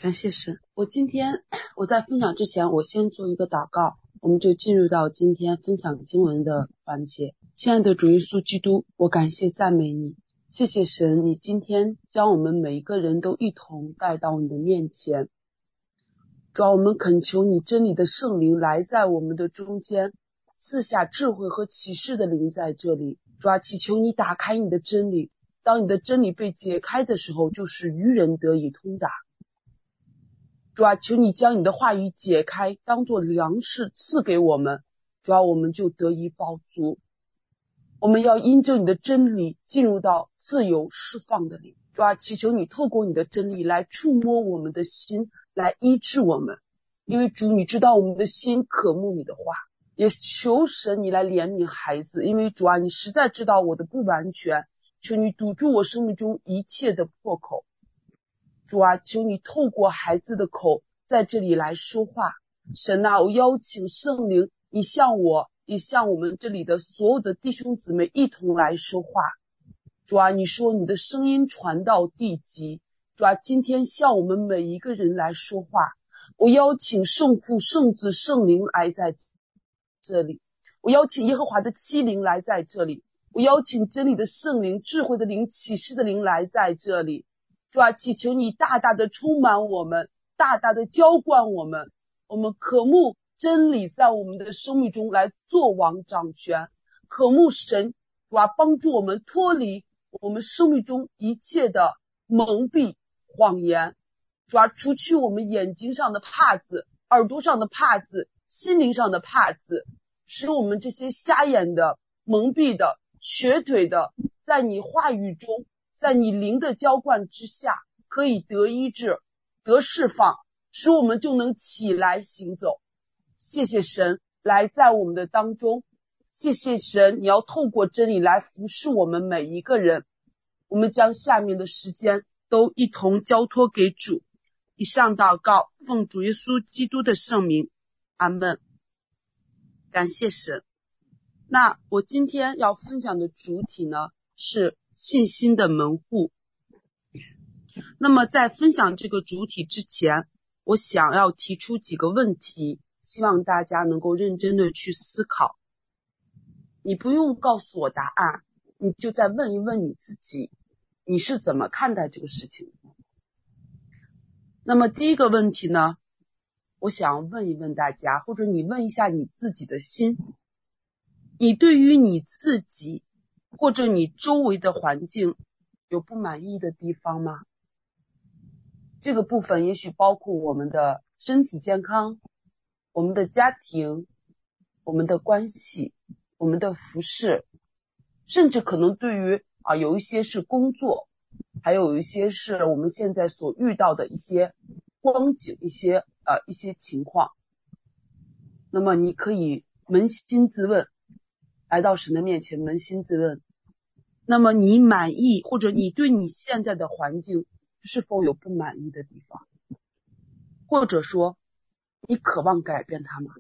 感谢神。我在分享之前，我先做一个祷告，我们就进入到今天分享经文的环节。亲爱的主耶稣基督，我感谢赞美你，谢谢神，你今天将我们每一个人都一同带到你的面前。主啊，我们恳求你真理的圣灵来在我们的中间，赐下智慧和启示的灵在这里。主啊，祈求你打开你的真理，当你的真理被解开的时候，就是愚人得以通达。主啊，求你将你的话语解开，当作粮食赐给我们，主啊，我们就得以饱足。我们要因着你的真理进入到自由释放的里。主啊，祈求你透过你的真理来触摸我们的心，来医治我们。因为主，你知道我们的心渴慕你的话，也求神你来怜悯孩子。因为主啊，你实在知道我的不完全，求你堵住我生命中一切的破口。主啊，求你透过孩子的口在这里来说话。神啊，我邀请圣灵，你向我，也向我们这里的所有的弟兄姊妹一同来说话。主啊，你说你的声音传到地极。主啊，今天向我们每一个人来说话。我邀请圣父、圣子、圣灵来在这里，我邀请耶和华的七灵来在这里，我邀请真理的圣灵、智慧的灵、启示的灵来在这里。主啊，祈求你大大的充满我们，大大的浇灌我们，我们渴慕真理在我们的生命中来做王掌权，渴慕神。主啊，帮助我们脱离我们生命中一切的蒙蔽谎言。主啊，除去我们眼睛上的帕子，耳朵上的帕子，心灵上的帕子，使我们这些瞎眼的、蒙蔽的、瘸腿的，在你话语中，在你灵的浇灌之下，可以得医治、得释放，使我们就能起来行走。谢谢神来在我们的当中，谢谢神，你要透过真理来服侍我们每一个人。我们将下面的时间都一同交托给主。以上祷告，奉主耶稣基督的圣名，阿们。感谢神。那我今天要分享的主体呢，是信心的门户。那么在分享这个主体之前，我想要提出几个问题，希望大家能够认真的去思考。你不用告诉我答案，你就再问一问你自己，你是怎么看待这个事情的？那么第一个问题呢，我想问一问大家，或者你问一下你自己的心，你对于你自己或者你周围的环境有不满意的地方吗？这个部分也许包括我们的身体健康，我们的家庭，我们的关系，我们的服饰，甚至可能对于有一些是工作，还有一些是我们现在所遇到的一些光景，一些情况。那么你可以扪心自问，来到神的面前扪心自问，那么你满意或者你对你现在的环境是否有不满意的地方，或者说你渴望改变它吗？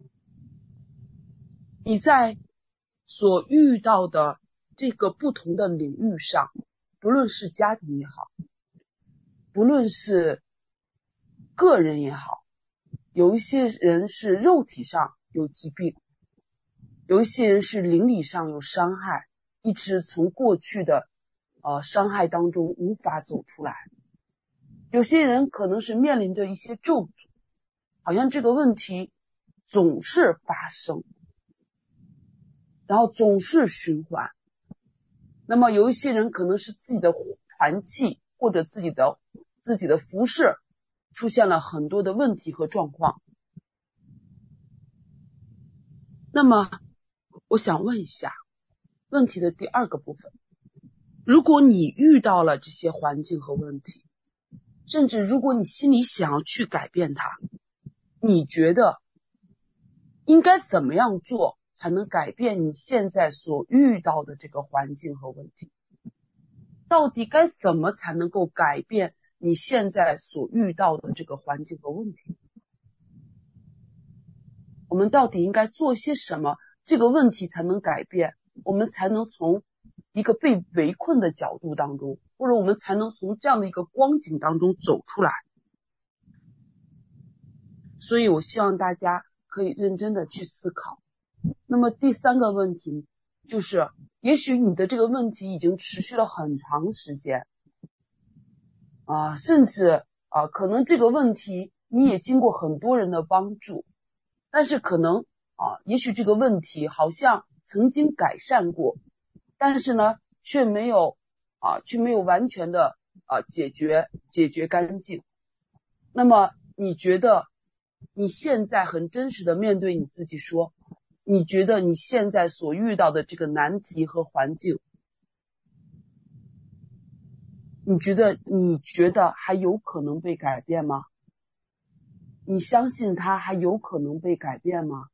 你在所遇到的这个不同的领域上，不论是家庭也好，不论是个人也好，有一些人是肉体上有疾病，有一些人是灵理上有伤害，一直从过去的伤害当中无法走出来。有些人可能是面临着一些咒诅，好像这个问题总是发生，然后总是循环。那么有一些人可能是自己的团契或者自己的服饰出现了很多的问题和状况。那么我想问一下问题的第二个部分，如果你遇到了这些环境和问题，甚至如果你心里想要去改变它，你觉得应该怎么样做才能改变你现在所遇到的这个环境和问题？到底该怎么才能够改变你现在所遇到的这个环境和问题？我们到底应该做些什么，这个问题才能改变，我们才能从一个被围困的角度当中，或者我们才能从这样的一个光景当中走出来。 所以我希望大家可以认真的去思考。那么第三个问题就是，也许你的这个问题已经持续了很长时间甚至可能这个问题你也经过很多人的帮助，但是可能也许这个问题好像曾经改善过，但是呢却没有完全的解决干净。那么你觉得你现在很真实的面对你自己说，你觉得你现在所遇到的这个难题和环境，你觉得还有可能被改变吗？你相信它还有可能被改变吗？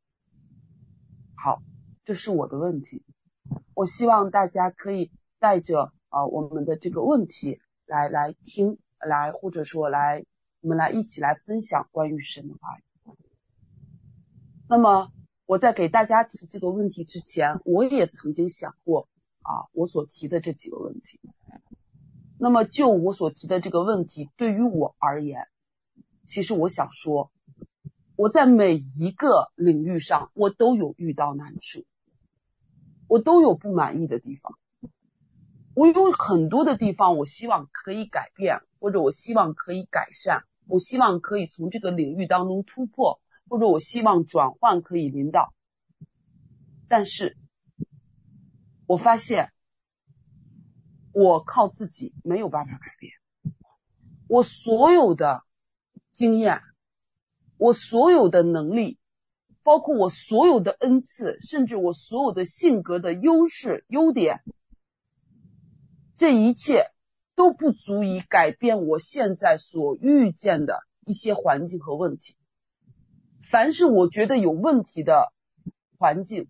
好，这是我的问题。我希望大家可以带着我们的这个问题来听，或者说我们来一起来分享关于神的话语。那么我在给大家提这个问题之前，我也曾经想过我所提的这几个问题。那么就我所提的这个问题，对于我而言，其实我想说，我在每一个领域上我都有遇到难处，我都有不满意的地方，我有很多的地方我希望可以改变，或者我希望可以改善，我希望可以从这个领域当中突破，或者我希望转换可以领导。但是我发现我靠自己没有办法改变，我所有的经验，我所有的能力，包括我所有的恩赐，甚至我所有的性格的优势优点，这一切都不足以改变我现在所遇见的一些环境和问题。凡是我觉得有问题的环境，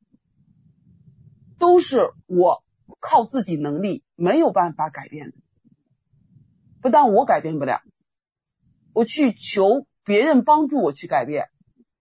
都是我靠自己能力没有办法改变的。不但我改变不了，我去求别人帮助我去改变，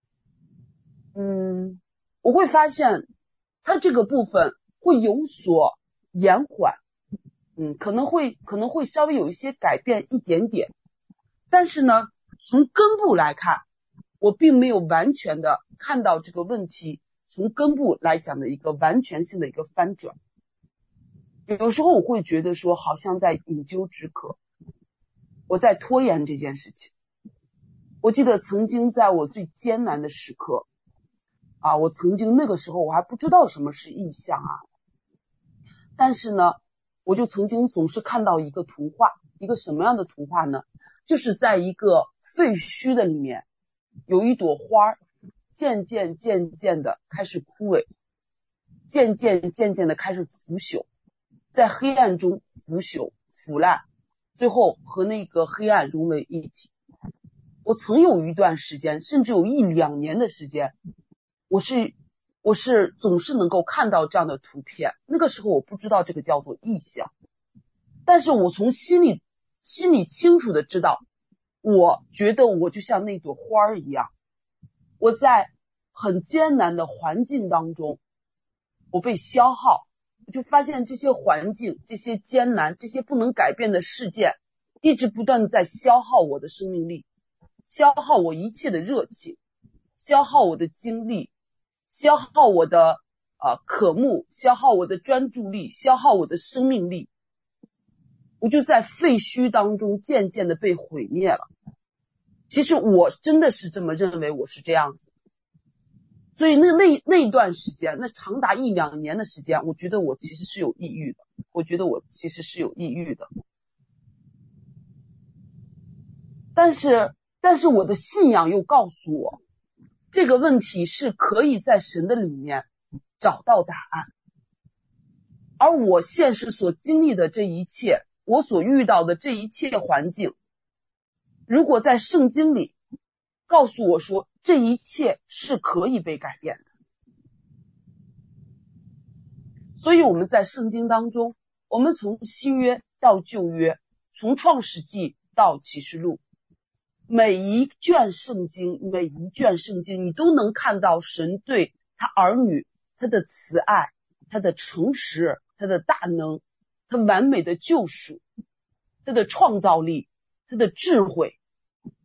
我会发现它这个部分会有所延缓，可能会稍微有一些改变一点点，但是呢，从根部来看，我并没有完全的看到这个问题从根部来讲的一个完全性的一个翻转。有时候我会觉得说，好像在饮鸩止渴，我在拖延这件事情。我记得曾经在我最艰难的时刻我曾经那个时候我还不知道什么是异象但是呢，我就曾经总是看到一个图画，一个什么样的图画呢？就是在一个废墟的里面，有一朵花渐渐的开始枯萎，渐渐的开始腐朽，在黑暗中腐朽腐烂，最后和那个黑暗融为一体。我曾有一段时间，甚至有1-2年的时间，我是总是能够看到这样的图片。那个时候我不知道这个叫做异象，但是我从心里清楚的知道，我觉得我就像那朵花一样，我在很艰难的环境当中，我被消耗，我就发现这些环境，这些艰难，这些不能改变的事件，一直不断的在消耗我的生命力，消耗我一切的热情，消耗我的精力，消耗我的渴慕，消耗我的专注力，消耗我的生命力。我就在废墟当中渐渐的被毁灭了。其实我真的是这么认为，我是这样子。所以那段时间，那长达1-2年的时间，我觉得我其实是有抑郁的。但是我的信仰又告诉我，这个问题是可以在神的里面找到答案。而我现实所经历的这一切，我所遇到的这一切环境，如果在圣经里告诉我说这一切是可以被改变的。所以我们在圣经当中，我们从新约到旧约，从创世纪到启示录，每一卷圣经你都能看到神对他儿女他的慈爱，他的诚实，他的大能，他完美的救赎，他的创造力，他的智慧，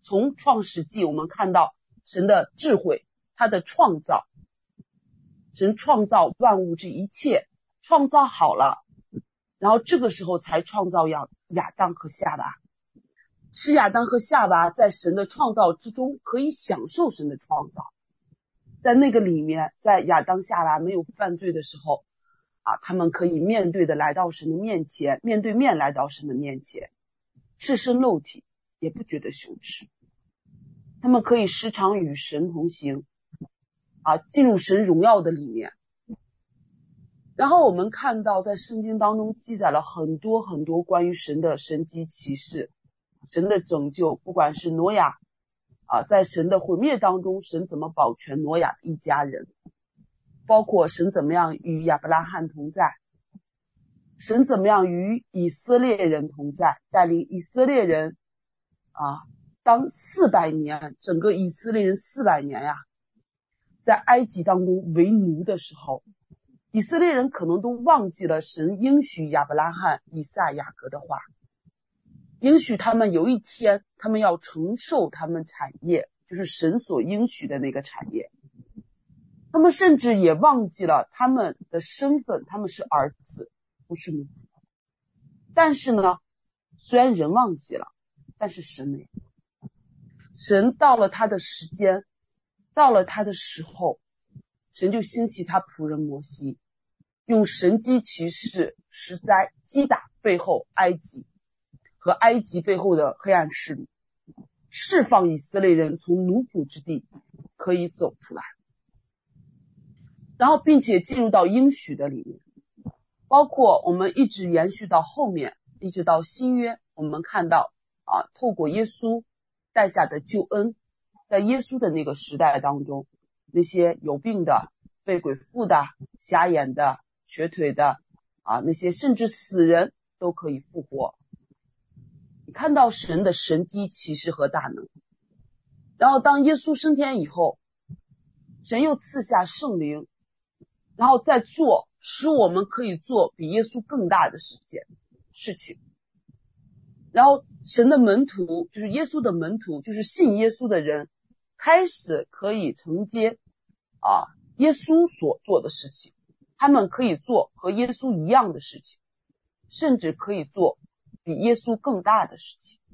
从创世纪我们看到神的智慧，他的创造，神创造万物这一切，创造好了，然后这个时候才创造亚当和夏娃，使亚当和夏娃在神的创造之中可以享受神的创造。在那个里面，在亚当夏娃没有犯罪的时候他们可以面对的来到神的面前，面对面来到神的面前，赤身露体也不觉得羞耻，他们可以时常与神同行进入神荣耀的里面。然后我们看到在圣经当中记载了很多很多关于神的神迹奇事，神的拯救，不管是挪亚在神的毁灭当中，神怎么保全挪亚一家人，包括神怎么样与亚伯拉罕同在，神怎么样与以色列人同在，带领以色列人当400年，整个以色列人400年在埃及当中为奴的时候，以色列人可能都忘记了神应许亚伯拉罕、以撒、雅各的话，应许他们有一天他们要承受他们产业，就是神所应许的那个产业。他们甚至也忘记了他们的身份，他们是儿子，不是奴仆。但是呢，虽然人忘记了，但是神没有。神到了他的时间，到了他的时候，神就兴起他仆人摩西，用神机骑士实灾击打背后埃及和埃及背后的黑暗势力，释放以色列人从奴仆之地可以走出来，然后并且进入到应许的里面。包括我们一直延续到后面，一直到新约，我们看到透过耶稣带下的救恩，在耶稣的那个时代当中，那些有病的、被鬼附的、瞎眼的、瘸腿的那些甚至死人都可以复活。你看到神的神迹奇事和大能。然后当耶稣升天以后，神又赐下圣灵，然后再做使我们可以做比耶稣更大的事情。然后神的门徒，就是耶稣的门徒，就是信耶稣的人，开始可以承接耶稣所做的事情，他们可以做和耶稣一样的事情，甚至可以做比耶稣更大的事情。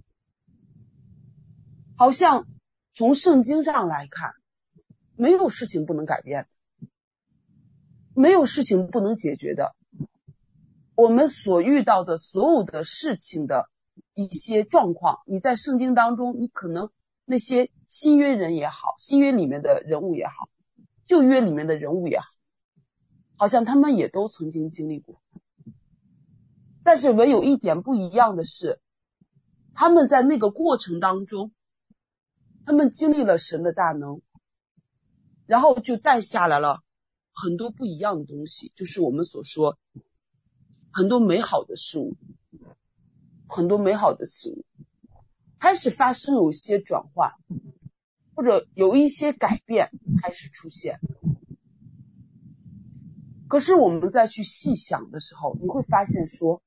好像从圣经上来看，没有事情不能改变的，没有事情不能解决的。我们所遇到的所有的事情的一些状况，你在圣经当中，你可能那些新约人也好，新约里面的人物也好，旧约里面的人物也好，好像他们也都曾经经历过。但是唯有一点不一样的是，他们在那个过程当中，他们经历了神的大能，然后就带下来了很多不一样的东西，就是我们所说很多美好的事物，开始发生有一些转换，或者有一些改变开始出现。可是我们再去细想的时候，你会发现说，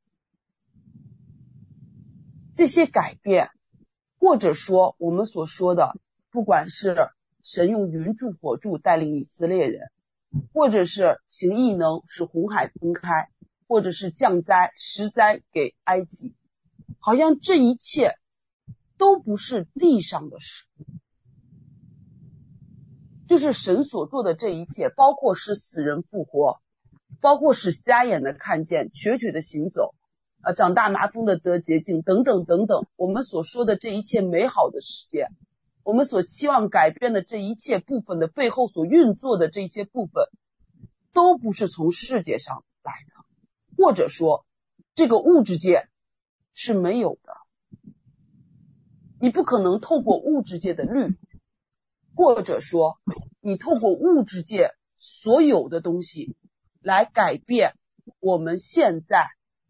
这些改变，或者说我们所说的，不管是神用云柱火柱带领以色列人，或者是行异能使红海分开，或者是降灾施灾给埃及，好像这一切都不是地上的事，就是神所做的这一切，包括使死人复活，包括使瞎眼的看见，瘸腿的行走，长大麻风的得洁净，等等等等。我们所说的这一切美好的事件，我们所期望改变的这一切部分的背后所运作的这些部分，都不是从世界上来的，或者说这个物质界是没有的。你不可能透过物质界的律，或者说你透过物质界所有的东西来改变我们现在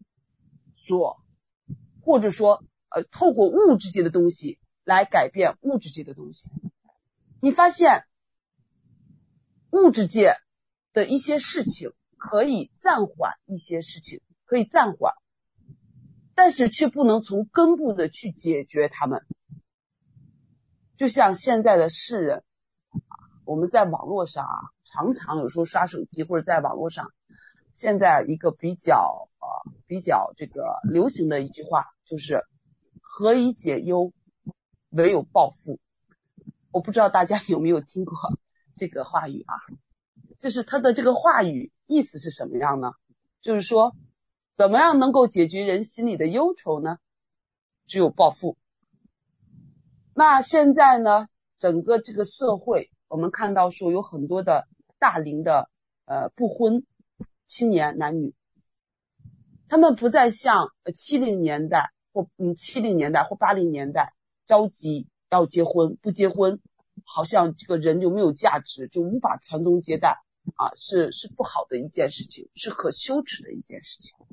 或者说透过物质界的东西来改变物质界的东西。你发现物质界的一些事情可以暂缓，一些事情可以暂缓，但是却不能从根部的去解决它们。 就像现在的世人，我们在网络上常常有时候刷手机或者在网络上，现在一个比较这个流行的一句话就是何以解忧，唯有暴富。我不知道大家有没有听过这个话语就是它的这个话语意思是什么样呢？就是说怎么样能够解决人心里的忧愁呢？只有暴富。那现在呢，整个这个社会我们看到说有很多的大龄的不婚青年男女，他们不再像70年代或80年代着急要结婚，不结婚好像这个人就没有价值，就无法传宗接代是不好的一件事情，是可羞耻的一件事情。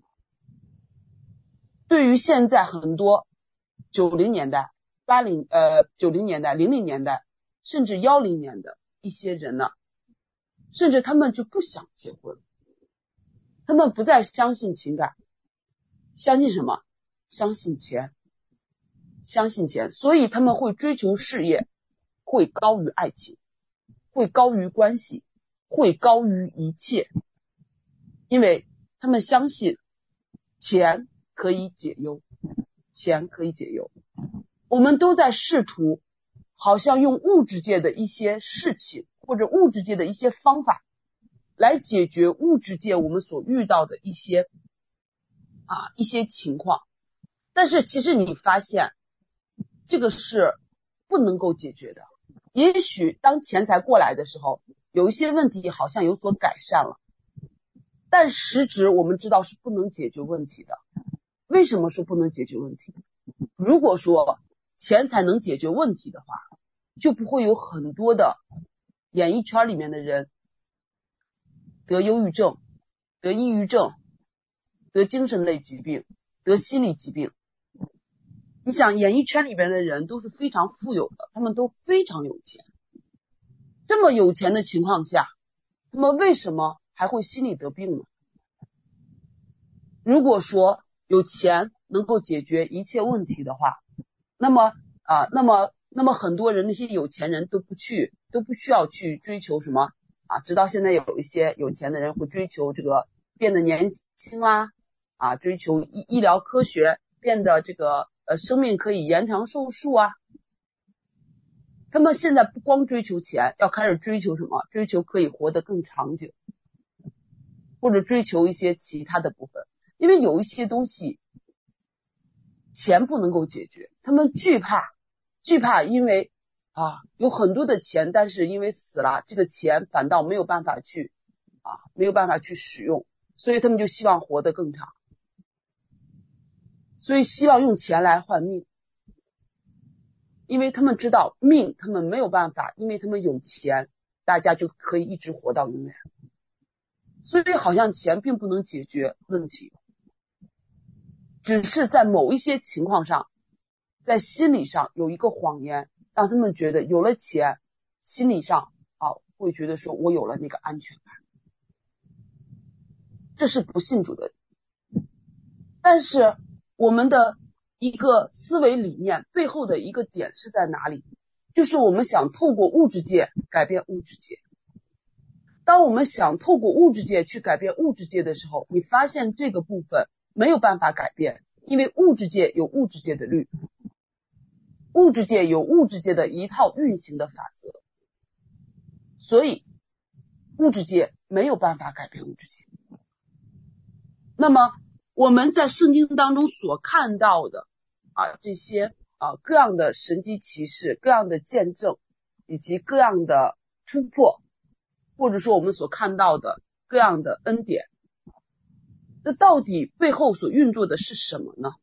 对于现在很多90年代90年代00年代甚至10年的一些人呢，甚至他们就不想结婚，他们不再相信情感，相信什么？相信钱，所以他们会追求事业，会高于爱情，会高于关系，会高于一切，因为他们相信钱可以解忧，我们都在试图好像用物质界的一些事情或者物质界的一些方法来解决物质界我们所遇到的一些情况，但是其实你发现这个是不能够解决的。也许当钱财过来的时候，有一些问题好像有所改善了，但实质我们知道是不能解决问题的。为什么说不能解决问题？如果说钱财能解决问题的话，就不会有很多的演艺圈里面的人得忧郁症、得抑郁症、得精神类疾病、得心理疾病。你想演艺圈里边的人都是非常富有的，他们都非常有钱，这么有钱的情况下，他们为什么还会心理得病呢？如果说有钱能够解决一切问题的话，那么很多人，那些有钱人都不需要去追求什么直到现在有一些有钱的人会追求这个变得年轻啦追求医疗科学，变得这个生命可以延长寿数他们现在不光追求钱，要开始追求什么？追求可以活得更长久，或者追求一些其他的部分。因为有一些东西钱不能够解决，他们惧怕，因为有很多的钱，但是因为死了，这个钱反倒没有办法去使用，所以他们就希望活得更长，所以希望用钱来换命，因为他们知道命他们没有办法，因为他们有钱，大家就可以一直活到永远，所以好像钱并不能解决问题，只是在某一些情况上，在心理上有一个谎言，让他们觉得有了钱，心理上会觉得说我有了那个安全感，这是不信主的人。但是我们的一个思维理念背后的一个点是在哪里？就是我们想透过物质界改变物质界。当我们想透过物质界去改变物质界的时候，你发现这个部分没有办法改变，因为物质界有物质界的律，物质界有物质界的一套运行的法则，所以物质界没有办法改变物质界。那么我们在圣经当中所看到的这些各样的神迹奇事，各样的见证，以及各样的突破，或者说我们所看到的各样的恩典，那到底背后所运作的是什么呢？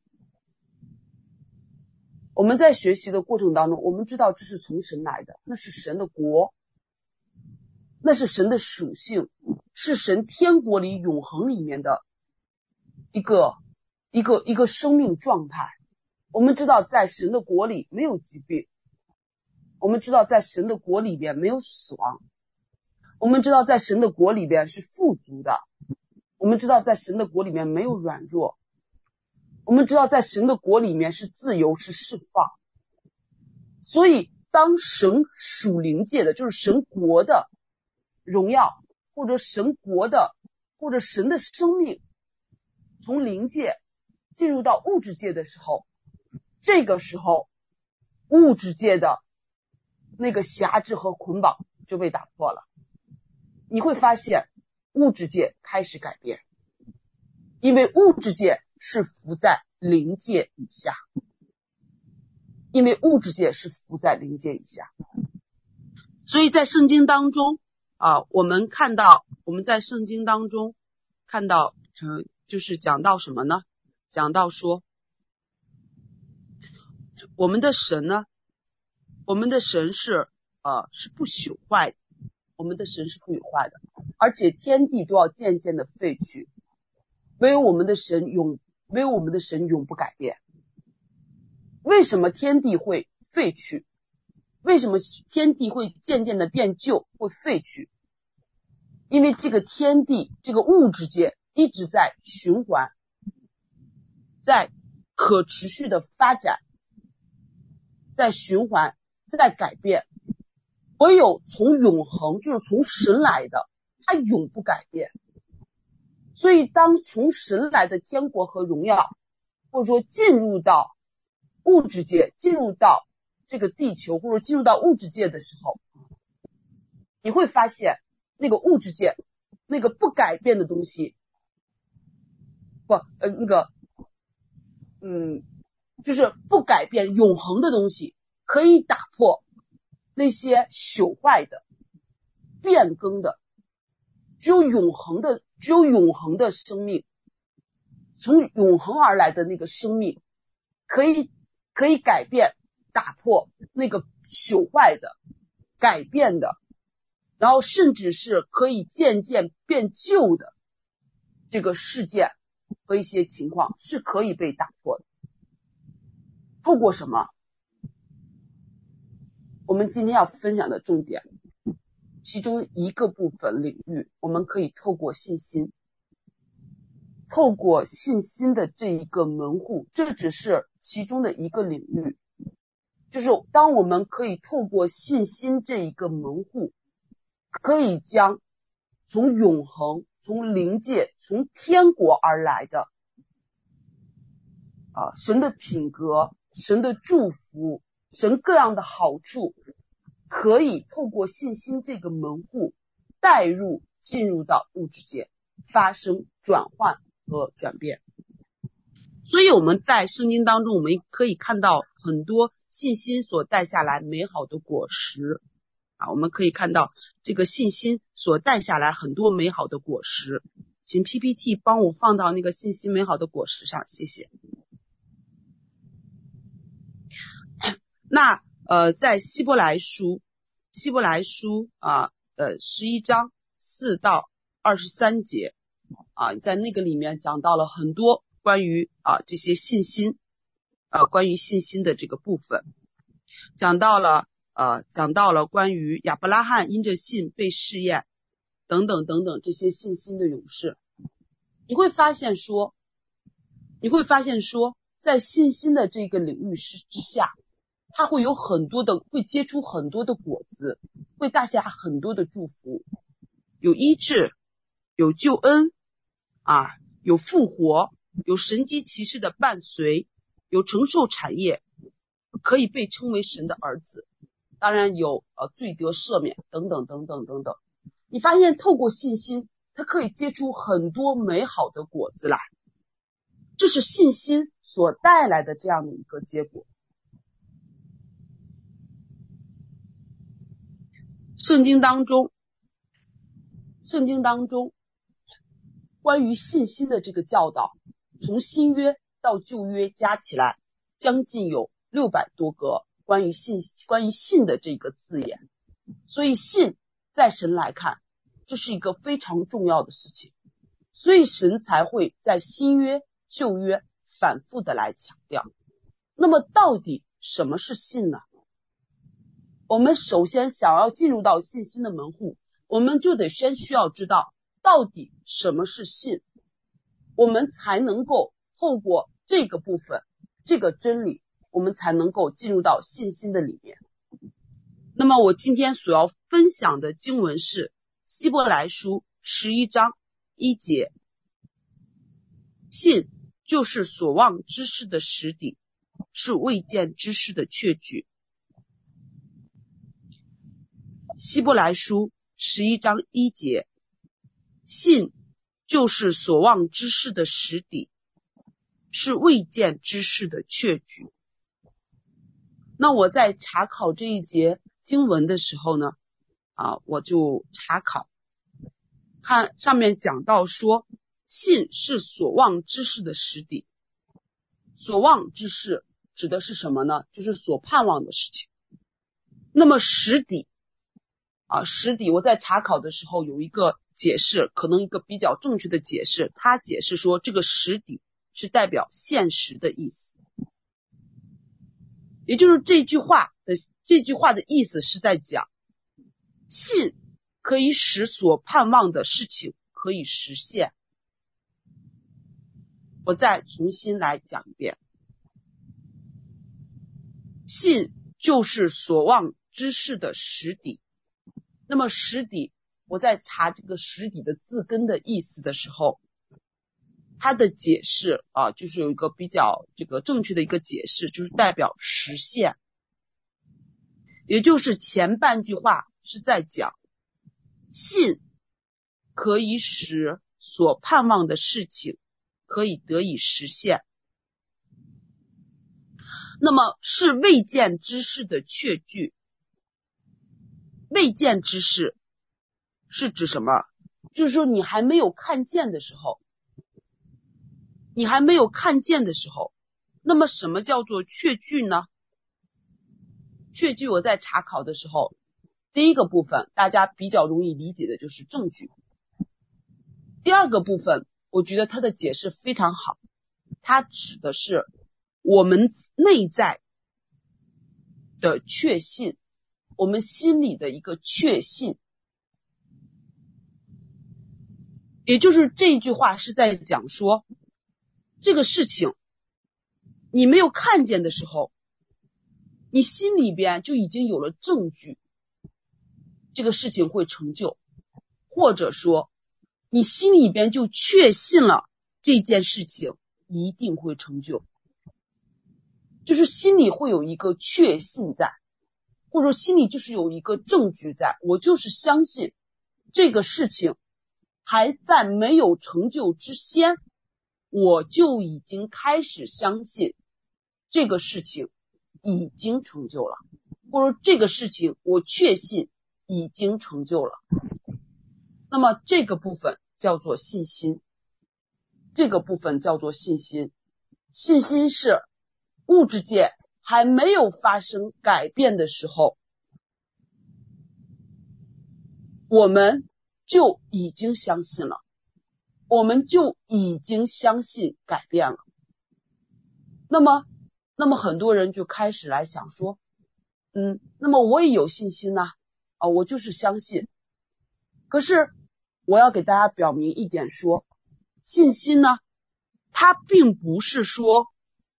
我们在学习的过程当中，我们知道这是从神来的，那是神的国，那是神的属性，是神天国里永恒里面的一个生命状态。我们知道在神的国里没有疾病，我们知道在神的国里边没有死亡，我们知道在神的国里边是富足的，我们知道在神的国里面没有软弱，我们知道在神的国里面是自由，是释放。所以当神属灵界的，就是神国的荣耀，或者神国的，或者神的生命从灵界进入到物质界的时候，这个时候物质界的那个辖制和捆绑就被打破了。你会发现物质界开始改变，因为物质界是伏在灵界以下，因为物质界是伏在灵界以下。所以在圣经当中我们在圣经当中看到就是讲到什么呢？讲到说我们的神呢，我们的神是不朽坏的，我们的神是不朽坏的，而且天地都要渐渐的废去，唯有我们的神永不改变。为什么天地会废去？为什么天地会渐渐的变旧，会废去？因为这个天地，这个物质界一直在循环，在可持续的发展，在循环，在改变。唯有从永恒，就是从神来的，它永不改变。所以当从神来的天国和荣耀，或者说进入到物质界，进入到这个地球，或者进入到物质界的时候，你会发现那个物质界那个不改变的东西，就是不改变永恒的东西，可以打破那些朽坏的变更的，只有永恒的生命，从永恒而来的那个生命可以改变打破那个朽坏的改变的，然后甚至是可以渐渐变旧的这个事件和一些情况是可以被打破的。透过什么？我们今天要分享的重点，其中一个部分领域，我们可以透过信心，透过信心的这一个门户，这只是其中的一个领域，就是当我们可以透过信心这一个门户，可以将从永恒、从灵界、从天国而来的神的品格、神的祝福、神各样的好处，可以透过信心这个门户带入进入到物质界，发生转换和转变。所以我们在圣经当中，我们可以看到很多信心所带下来美好的果实我们可以看到这个信心所带下来很多美好的果实。请 PPT 帮我放到那个信心美好的果实上，谢谢。那在希伯来书11章4到23节在那个里面讲到了很多关于这些信心关于信心的这个部分，讲到了关于亚伯拉罕因着信被试验等等等等这些信心的勇士。你会发现说在信心的这个领域之下，它会结出很多的果子，会带下很多的祝福，有医治，有救恩有复活，有神迹奇事的伴随，有承受产业，可以被称为神的儿子，当然有罪得赦免等等等等等等。你发现透过信心，它可以结出很多美好的果子来，这是信心所带来的这样的一个结果。圣经当中关于信心的这个教导，从新约到旧约加起来将近有600多个关于信的这个字眼。所以信在神来看，这是一个非常重要的事情，所以神才会在新约旧约反复的来强调。那么到底什么是信呢？我们首先想要进入到信心的门户，我们就得先需要知道到底什么是信，我们才能够透过这个部分这个真理，我们才能够进入到信心的里面。 那么我今天所要分享的经文是希伯来书11章1节，信就是所望之事的实底，是未见之事的确据。希伯来书11章1节，信就是所望之事的实底，是未见之事的确据。那我在查考这一节经文的时候呢，我就查考，看上面讲到说，信是所望之事的实底。所望之事指的是什么呢？就是所盼望的事情。那么实底实底我在查考的时候有一个解释，可能一个比较正确的解释，他解释说这个实底是代表现实的意思。也就是这句话的意思是在讲，信可以使所盼望的事情可以实现。我再重新来讲一遍，信就是所望之事的实底。那么实底，我在查这个实底的字根的意思的时候，它的解释就是有一个比较正确的一个解释，就是代表实现。也就是前半句话是在讲，信可以使所盼望的事情可以得以实现。那么是未见之事的确据。未见之事是指什么？就是说你还没有看见的时候，那么什么叫做确据呢？确据我在查考的时候，第一个部分大家比较容易理解的就是证据。第二个部分我觉得它的解释非常好，它指的是我们内在的确信，我们心里的一个确信。也就是这句话是在讲说，这个事情你没有看见的时候，你心里边就已经有了证据，这个事情会成就，或者说你心里边就确信了这件事情一定会成就，就是心里会有一个确信在，或者说心里就是有一个证据在，我就是相信这个事情还在没有成就之先，我就已经开始相信这个事情已经成就了，或者说这个事情我确信已经成就了。那么这个部分叫做信心，信心是物质界还没有发生改变的时候，我们就已经相信了，我们就已经相信改变了。那么很多人就开始来想说，那么我也有信心呢，我就是相信。可是我要给大家表明一点说，信心呢，它并不是说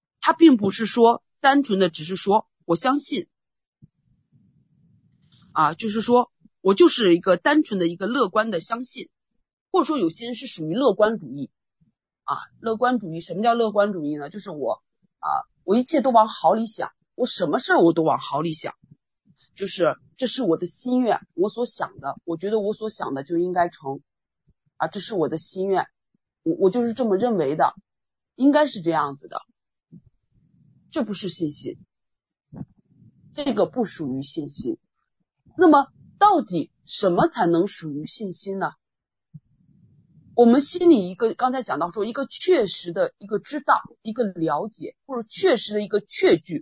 单纯的只是说我相信就是说我就是一个单纯的一个乐观的相信，或者说有些人是属于乐观主义乐观主义。什么叫乐观主义呢？就是我一切都往好里想，我什么事我都往好里想，就是这是我的心愿，我所想的，我觉得我所想的就应该成这是我的心愿，我就是这么认为的，应该是这样子的。这不是信心，这个不属于信心。那么到底什么才能属于信心呢？我们心里刚才讲到说一个确实的一个知道，一个了解，或者确实的一个确据。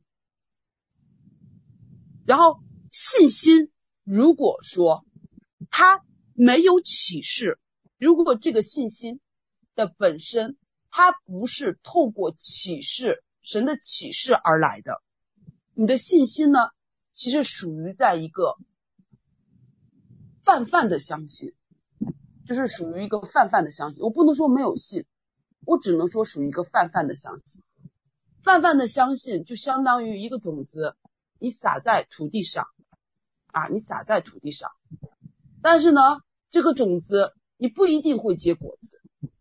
然后信心如果说它没有启示，如果这个信心的本身它不是透过启示，神的启示而来的，你的信心呢其实属于在一个泛的相信，就是属于一个泛的相信。我不能说没有信，我只能说属于一个泛的相信。泛的相信就相当于一个种子你撒在土地上， 你撒在土地上，但是呢，这个种子你不一定会结果子，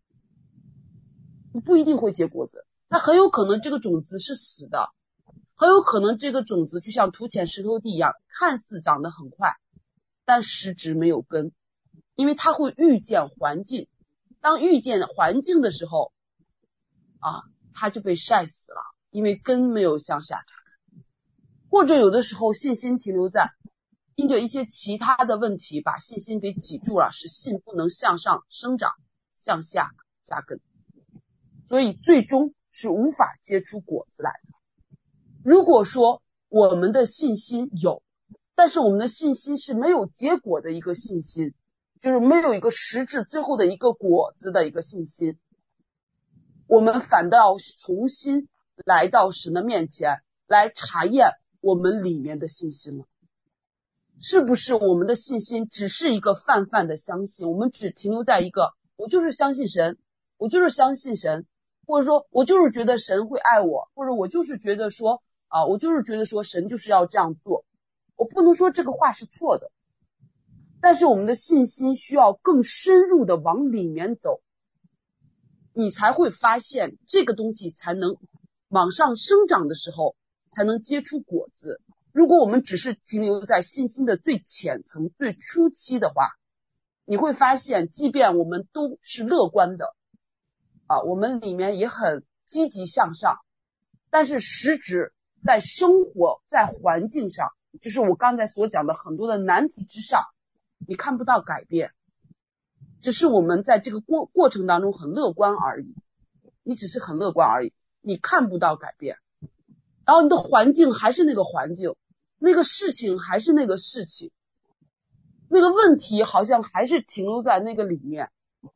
它很有可能这个种子是死的，很有可能这个种子就像土浅石头地一样，看似长得很快，但实质没有根，因为它会遇见环境，当遇见环境的时候它就被晒死了，因为根没有向下开。或者有的时候信心停留在因着一些其他的问题把信心给挤住了，使信不能向上生长，向下扎根，所以最终是无法结出果子来的。如果说我们的信心有，但是我们的信心是没有结果的一个信心，就是没有一个实质最后的一个果子的一个信心，我们反倒要重新来到神的面前来查验我们里面的信心了，是不是我们的信心只是一个泛泛的相信，我们只停留在一个我就是相信神，或者说我就是觉得神会爱我，或者我就是觉得说神就是要这样做。我不能说这个话是错的，但是我们的信心需要更深入的往里面走，你才会发现这个东西才能往上生长的时候才能结出果子。如果我们只是停留在信心的最浅层最初期的话，你会发现即便我们都是乐观的我们里面也很积极向上，但是实质在生活在环境上，就是我刚才所讲的很多的难题之上，你看不到改变，只是我们在这个过程当中很乐观而已，你只是很乐观而已，你看不到改变，然后你的环境还是那个环境，那个事情还是那个事情，那个问题好像还是停留在那个里面。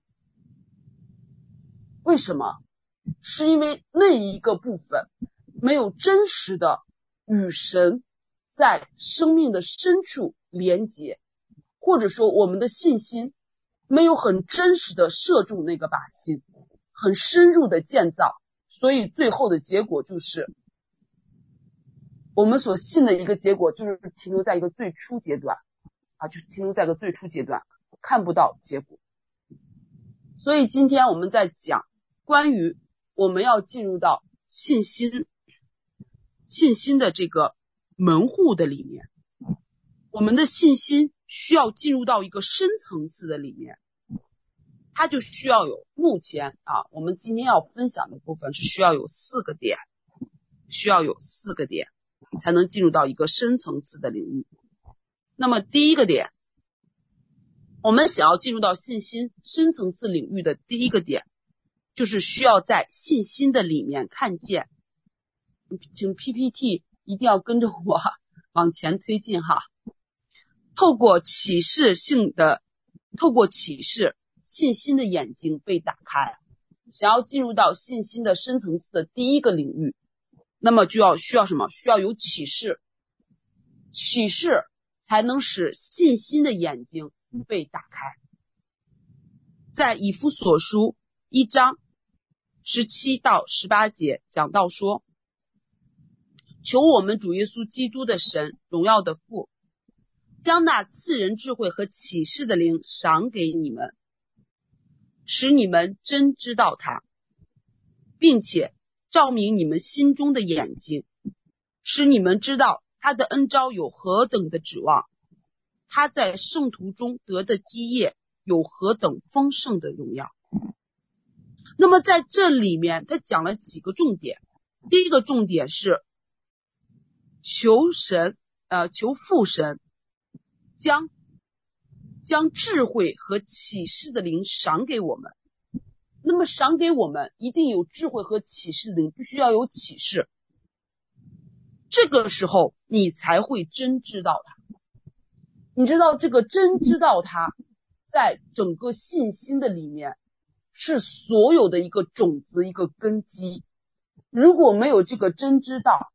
为什么？是因为那一个部分没有真实的与神在生命的深处连接，或者说我们的信心没有很真实的射中那个靶心，很深入的建造，所以最后的结果就是我们所信的一个结果就是停留在一个最初阶段就是停留在一个最初阶段，看不到结果。所以今天我们在讲关于我们要进入到信心的这个门户的里面，我们的信心需要进入到一个深层次的里面，它就需要有目前我们今天要分享的部分是需要有4个点，才能进入到一个深层次的领域。那么第一个点，我们想要进入到信心深层次领域的第一个点，就是需要在信心的里面看见，请 PPT 一定要跟着我往前推进透过启示，信心的眼睛被打开，想要进入到信心的深层次的第一个领域，那么就需要什么？需要有启示才能使信心的眼睛被打开。在以弗所书1章17到18节讲到说，求我们主耶稣基督的神，荣耀的父，将那赐人智慧和启示的灵赏给你们，使你们真知道他，并且照明你们心中的眼睛，使你们知道他的恩召有何等的指望，他在圣徒中得的基业有何等丰盛的荣耀。那么在这里面他讲了几个重点。第一个重点是求父神将智慧和启示的灵赏给我们。那么赏给我们一定有智慧和启示的灵，必须要有启示，这个时候你才会真知道他。你知道这个真知道他在整个信心的里面是所有的一个种子，一个根基。如果没有这个真知道，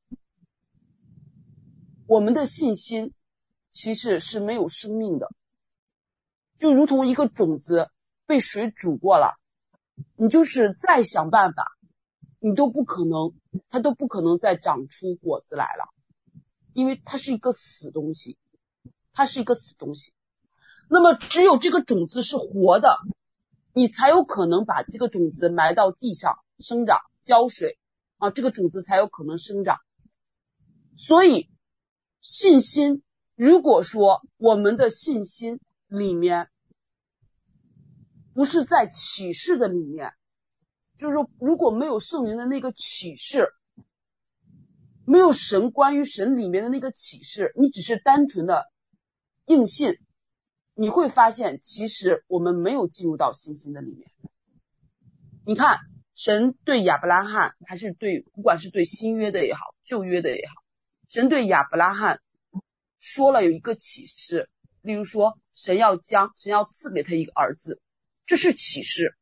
我们的信心其实是没有生命的，就如同一个种子被水煮过了，你就是再想办法它都不可能再长出果子来了，因为它是一个死东西。 它是一个死东西。那么只有这个种子是活的，你才有可能把这个种子埋到地上生长，浇水啊，这个种子才有可能生长。所以信心，如果说我们的信心里面不是在启示的里面，就是说如果没有圣灵的那个启示，没有神关于神里面的那个启示，你只是单纯的硬信，你会发现其实我们没有进入到信心的里面。你看神对亚伯拉罕，还是对不管是对新约的也好，旧约的也好，神对亚伯拉罕说了有一个启示，例如说神要赐给他一个儿子，这是启示。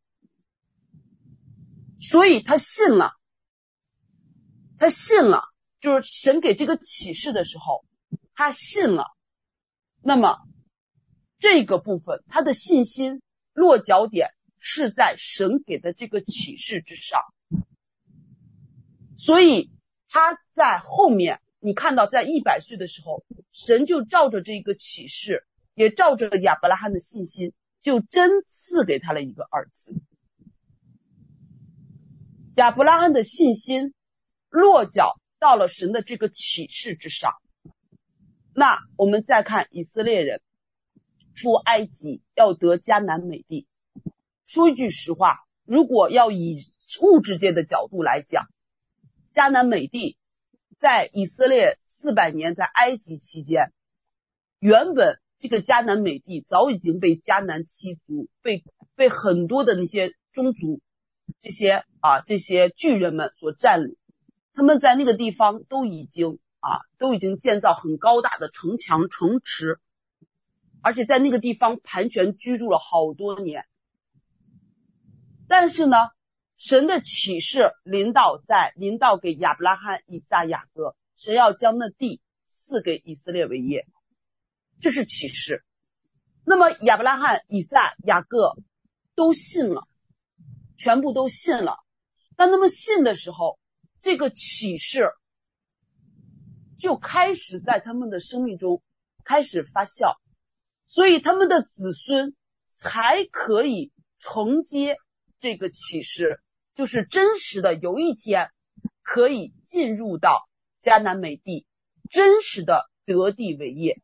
所以他信了，就是神给这个启示的时候他信了，那么这个部分他的信心落脚点是在神给的这个启示之上。所以他在后面你看到在100岁的时候，神就照着这个启示，也照着亚伯拉罕的信心，就真赐给他了一个儿子。亚伯拉罕的信心落脚到了神的这个启示之上。那我们再看以色列人出埃及要得迦南美地，说一句实话，如果要以物质界的角度来讲，迦南美地在以色列400年在埃及期间，原本这个迦南美地早已经被迦南七族被很多的那些宗族这些巨人们所占领，他们在那个地方都已经建造很高大的城墙城池，而且在那个地方盘旋居住了好多年。但是呢，神的启示临到给亚伯拉罕、以撒、雅各，神要将那地赐给以色列为业，这是启示。那么亚伯拉罕、以撒、雅各都信了，全部都信了。当他们信的时候，这个启示就开始在他们的生命中开始发酵，所以他们的子孙才可以承接这个启示，就是真实的有一天可以进入到迦南美地，真实的得地为业。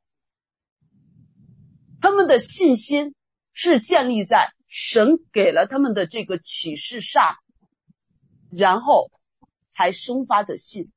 他们的信心是建立在神给了他们的这个启示上，然后才生发的信。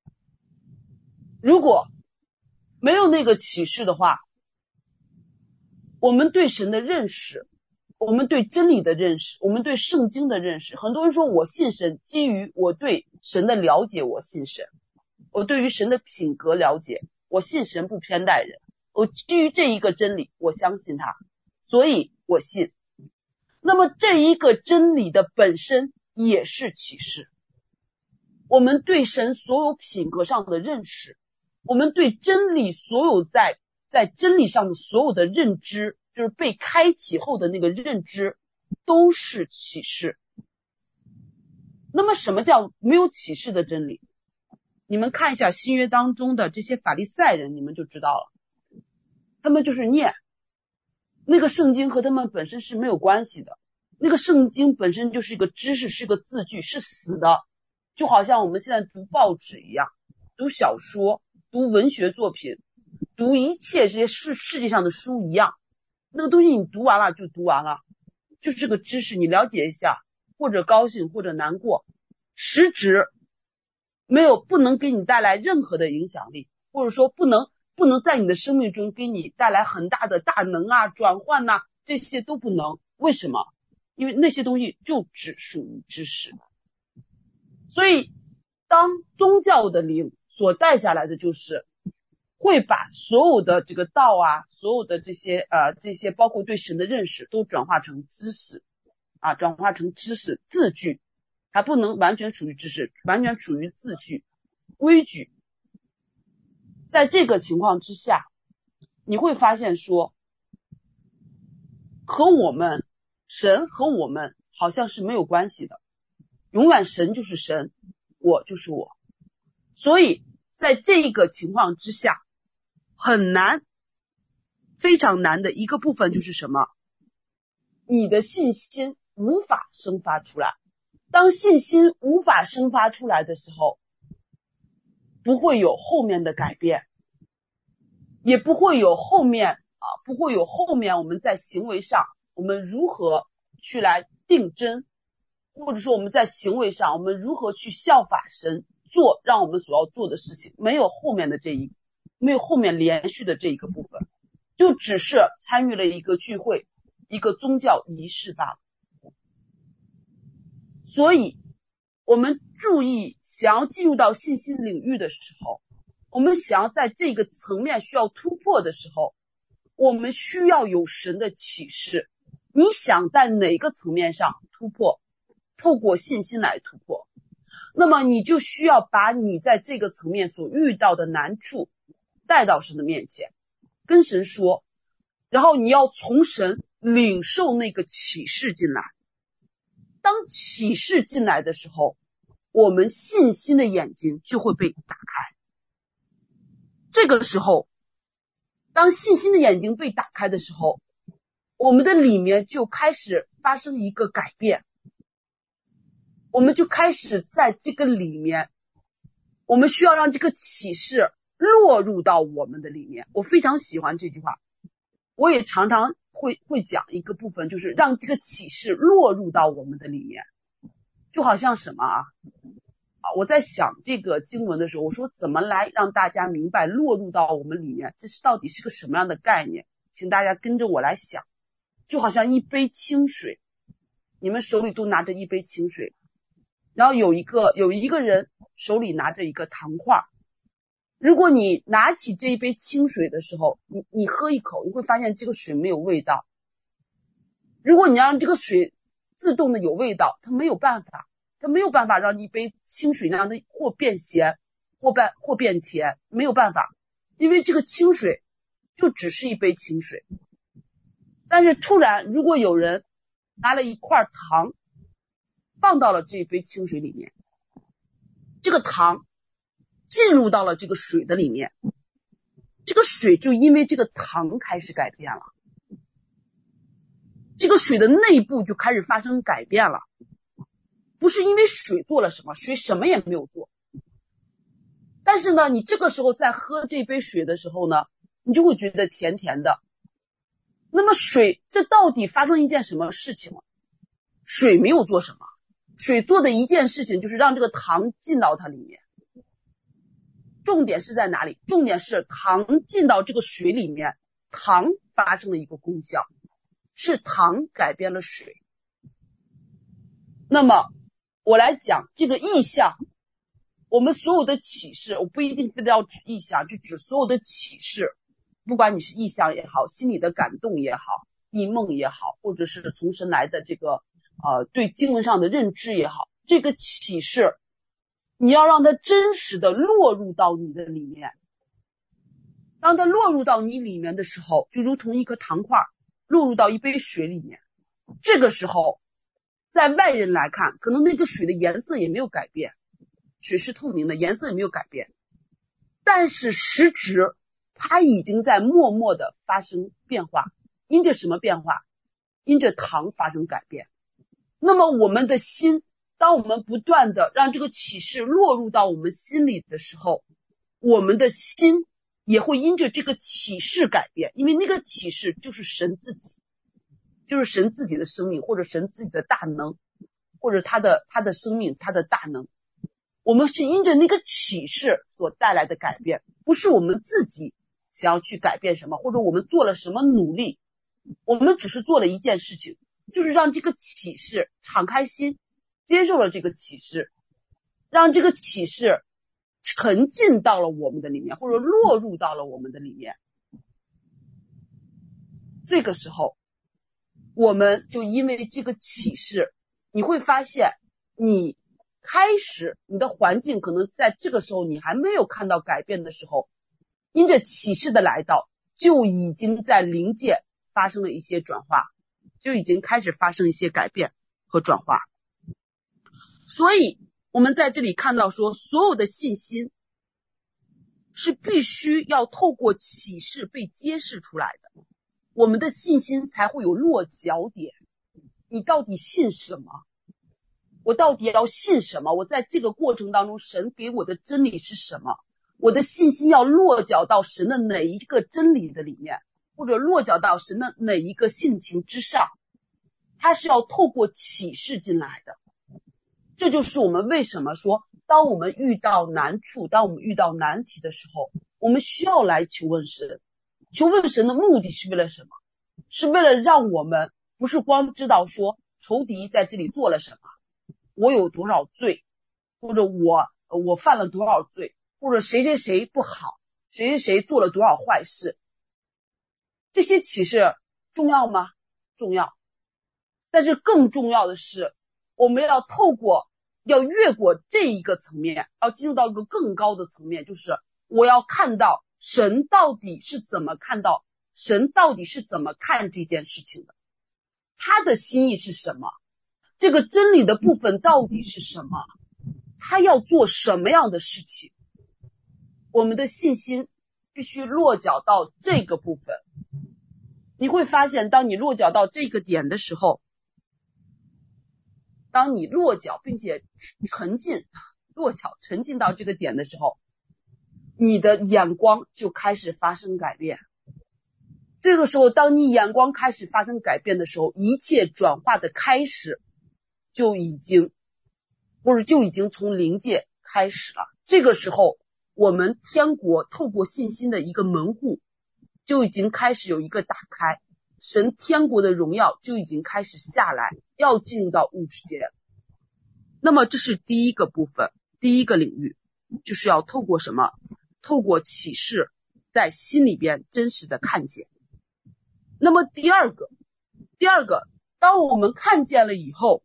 如果没有那个启示的话，我们对神的认识，我们对真理的认识，我们对圣经的认识，很多人说我信神，基于我对神的了解我信神，我对于神的品格了解，我信神不偏待人，我基于这一个真理我相信他，所以我信。那么这一个真理的本身也是启示。我们对神所有品格上的认识，我们对真理所有在真理上的所有的认知，就是被开启后的那个认知，都是启示。那么什么叫没有启示的真理？你们看一下新约当中的这些法利赛人，你们就知道了。他们就是念那个圣经，和他们本身是没有关系的，那个圣经本身就是一个知识，是个字句，是死的，就好像我们现在读报纸一样，读小说，读文学作品，读一切这些世界上的书一样，那个东西你读完了就读完了，就是这个知识你了解一下，或者高兴或者难过，实质不能给你带来任何的影响力，或者说不能在你的生命中给你带来很大的大能啊、转换啊，这些都不能。为什么？因为那些东西就只属于知识。所以当宗教的灵所带下来的，就是会把所有的这个道啊，所有的这些包括对神的认识都转化成知识啊，转化成知识字句，还不能完全属于知识，完全属于字句规矩。在这个情况之下，你会发现说神和我们好像是没有关系的，永远神就是神，我就是我。所以在这个情况之下，很难非常难的一个部分就是什么？你的信心无法生发出来。当信心无法生发出来的时候，不会有后面的改变，也不会有后面我们在行为上我们如何去来定真，或者说我们在行为上我们如何去效法神做让我们所要做的事情，没有后面连续的这一个部分，就只是参与了一个聚会，一个宗教仪式罢了。所以我们注意，想要进入到信心领域的时候，我们想要在这个层面需要突破的时候，我们需要有神的启示。你想在哪个层面上突破，透过信心来突破，那么你就需要把你在这个层面所遇到的难处带到神的面前，跟神说，然后你要从神领受那个启示进来。当启示进来的时候，我们信心的眼睛就会被打开。这个时候，当信心的眼睛被打开的时候，我们的里面就开始发生一个改变，我们就开始在这个里面，我们需要让这个启示落入到我们的里面。我非常喜欢这句话，我也常常会讲一个部分，就是让这个启示落入到我们的里面。就好像什么我在想这个经文的时候，我说怎么来让大家明白落入到我们里面，这是到底是个什么样的概念，请大家跟着我来想。就好像一杯清水，你们手里都拿着一杯清水，然后有一个人手里拿着一个糖块，如果你拿起这一杯清水的时候，你喝一口，你会发现这个水没有味道。如果你让这个水自动的有味道，它没有办法让一杯清水让它或变咸或变甜，没有办法，因为这个清水就只是一杯清水。但是突然如果有人拿了一块糖放到了这一杯清水里面，这个糖进入到了这个水的里面，这个水就因为这个糖开始改变了，这个水的内部就开始发生改变了。不是因为水做了什么，水什么也没有做，但是呢，你这个时候在喝这杯水的时候呢，你就会觉得甜甜的。那么水这到底发生一件什么事情了？水没有做什么，水做的一件事情就是让这个糖进到它里面。重点是在哪里？重点是糖进到这个水里面，糖发生了一个功效，是糖改变了水。那么我来讲这个意象，我们所有的启示，我不一定非得要指意象，就指所有的启示，不管你是意象也好，心里的感动也好，异梦也好，或者是从神来的这个对经文上的认知也好，这个启示你要让它真实的落入到你的里面。当它落入到你里面的时候，就如同一颗糖块落入到一杯水里面，这个时候在外人来看，可能那个水的颜色也没有改变，水是透明的，颜色也没有改变，但是实质它已经在默默的发生变化。因着什么变化？因着糖发生改变。那么我们的心，当我们不断的让这个启示落入到我们心里的时候，我们的心也会因着这个启示改变，因为那个启示就是神自己，就是神自己的生命，或者神自己的大能，或者他的生命，他的大能。我们是因着那个启示所带来的改变，不是我们自己想要去改变什么，或者我们做了什么努力，我们只是做了一件事情，就是让这个启示敞开心，接受了这个启示，让这个启示沉浸到了我们的里面，或者落入到了我们的里面。这个时候我们就因为这个启示，你会发现你开始，你的环境可能在这个时候你还没有看到改变的时候，因着启示的来到，就已经在灵界发生了一些转化，就已经开始发生一些改变和转化。所以我们在这里看到说，所有的信心是必须要透过启示被揭示出来的。 我们的信心才会有落脚点。你到底信什么？我到底要信什么？我在这个过程当中，神给我的真理是什么？我的信心要落脚到神的哪一个真理的里面，或者落脚到神的哪一个性情之上，它是要透过启示进来的。这就是我们为什么说，当我们遇到难处，当我们遇到难题的时候，我们需要来求问神。求问神的目的是为了什么？是为了让我们不是光知道说仇敌在这里做了什么，我有多少罪，或者我犯了多少罪，或者谁谁谁不好，谁谁谁做了多少坏事。这些启示重要吗？重要。但是更重要的是，我们要越过这一个层面，要进入到一个更高的层面，就是我要看到神到底是怎么看到，神到底是怎么看这件事情的，他的心意是什么，这个真理的部分到底是什么，他要做什么样的事情。我们的信心必须落脚到这个部分。你会发现，当你落脚到这个点的时候，当你落脚并且沉浸到这个点的时候，你的眼光就开始发生改变。这个时候，当你眼光开始发生改变的时候，一切转化的开始就已经从灵界开始了。这个时候，我们天国透过信心的一个门户就已经开始有一个打开，神天国的荣耀就已经开始下来，要进入到物质界。那么这是第一个部分，第一个领域，就是要透过什么？透过启示，在心里边真实的看见。那么第二个，当我们看见了以后，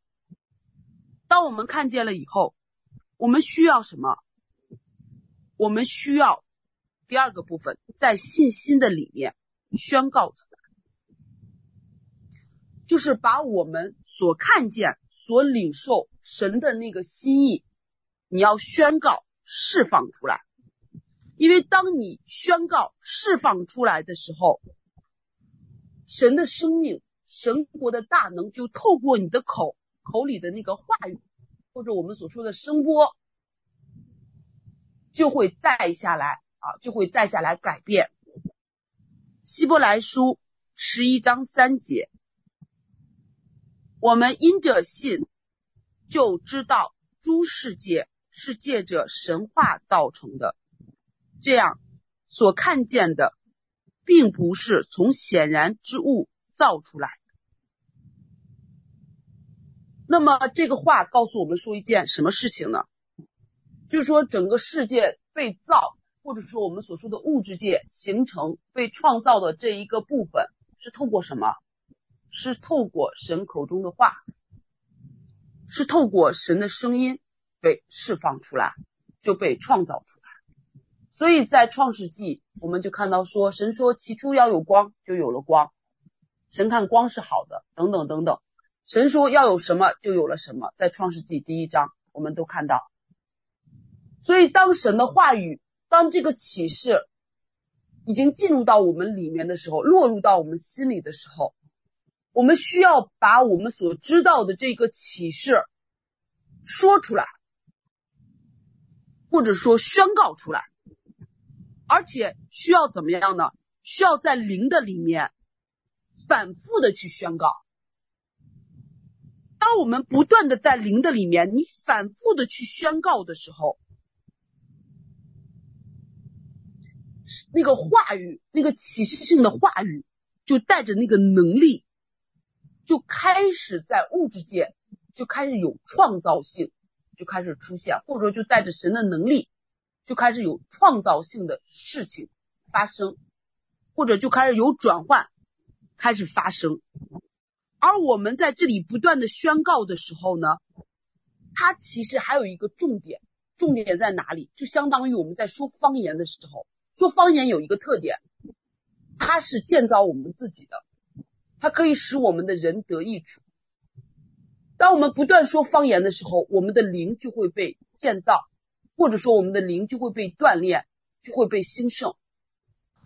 我们需要什么？我们需要第二个部分，在信心的里面宣告出来，就是把我们所看见、所领受神的那个心意，你要宣告释放出来。因为当你宣告释放出来的时候，神的生命、神国的大能就透过你的口里的那个话语，或者我们所说的声波，就会带下来改变。希伯来书11章3节，我们因着信就知道诸世界是借着神话造成的，这样所看见的并不是从显然之物造出来的。那么这个话告诉我们说一件什么事情呢？就是说整个世界被造，或者说我们所说的物质界形成被创造的这一个部分，是透过什么？是透过神口中的话，是透过神的声音被释放出来，就被创造出来。所以在创世纪我们就看到说，神说起初要有光，就有了光，神看光是好的，等等等等，神说要有什么就有了什么，在创世纪第1章我们都看到。所以当神的话语，当这个启示已经进入到我们里面的时候，落入到我们心里的时候，我们需要把我们所知道的这个启示说出来，或者说宣告出来。而且需要怎么样呢？需要在灵的里面反复的去宣告。当我们不断的在灵的里面，你反复的去宣告的时候，那个话语，那个启示性的话语就带着那个能力，就开始在物质界就开始有创造性，就开始出现，或者说就带着神的能力就开始有创造性的事情发生，或者就开始有转换开始发生。而我们在这里不断的宣告的时候呢，它其实还有一个重点在哪里？就相当于我们在说方言的时候，说方言有一个特点，它是建造我们自己的，它可以使我们的人得益处。当我们不断说方言的时候，我们的灵就会被建造，或者说我们的灵就会被锻炼，就会被兴盛。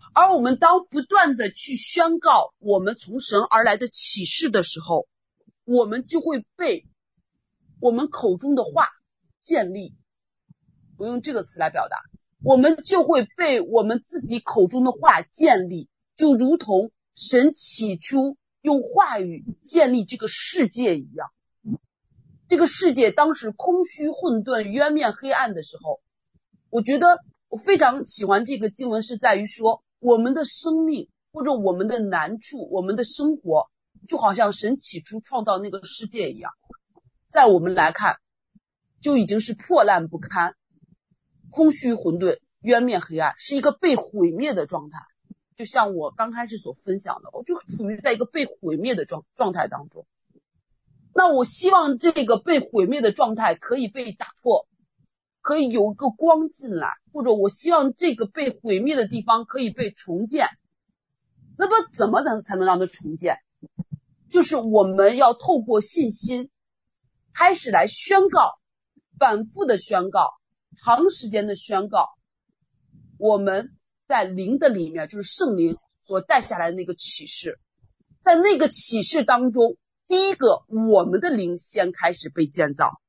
而我们当不断的去宣告我们从神而来的启示的时候，我们就会被我们口中的话建立，我用这个词来表达，我们就会被我们自己口中的话建立，就如同神起初用话语建立这个世界一样。这个世界当时空虚混沌渊面黑暗的时候，我觉得我非常喜欢这个经文，是在于说我们的生命或者我们的难处，我们的生活就好像神起初创造那个世界一样，在我们来看就已经是破烂不堪，空虚混沌渊面黑暗，是一个被毁灭的状态。就像我刚开始所分享的，我就处于在一个被毁灭的状态当中。那我希望这个被毁灭的状态可以被打破，可以有一个光进来，或者我希望这个被毁灭的地方可以被重建。那么怎么才能让它重建？就是我们要透过信心开始来宣告，反复的宣告，长时间的宣告，我们在灵的里面，就是圣灵所带下来的那个启示。在那个启示当中，第一个，我们的灵先开始被建造。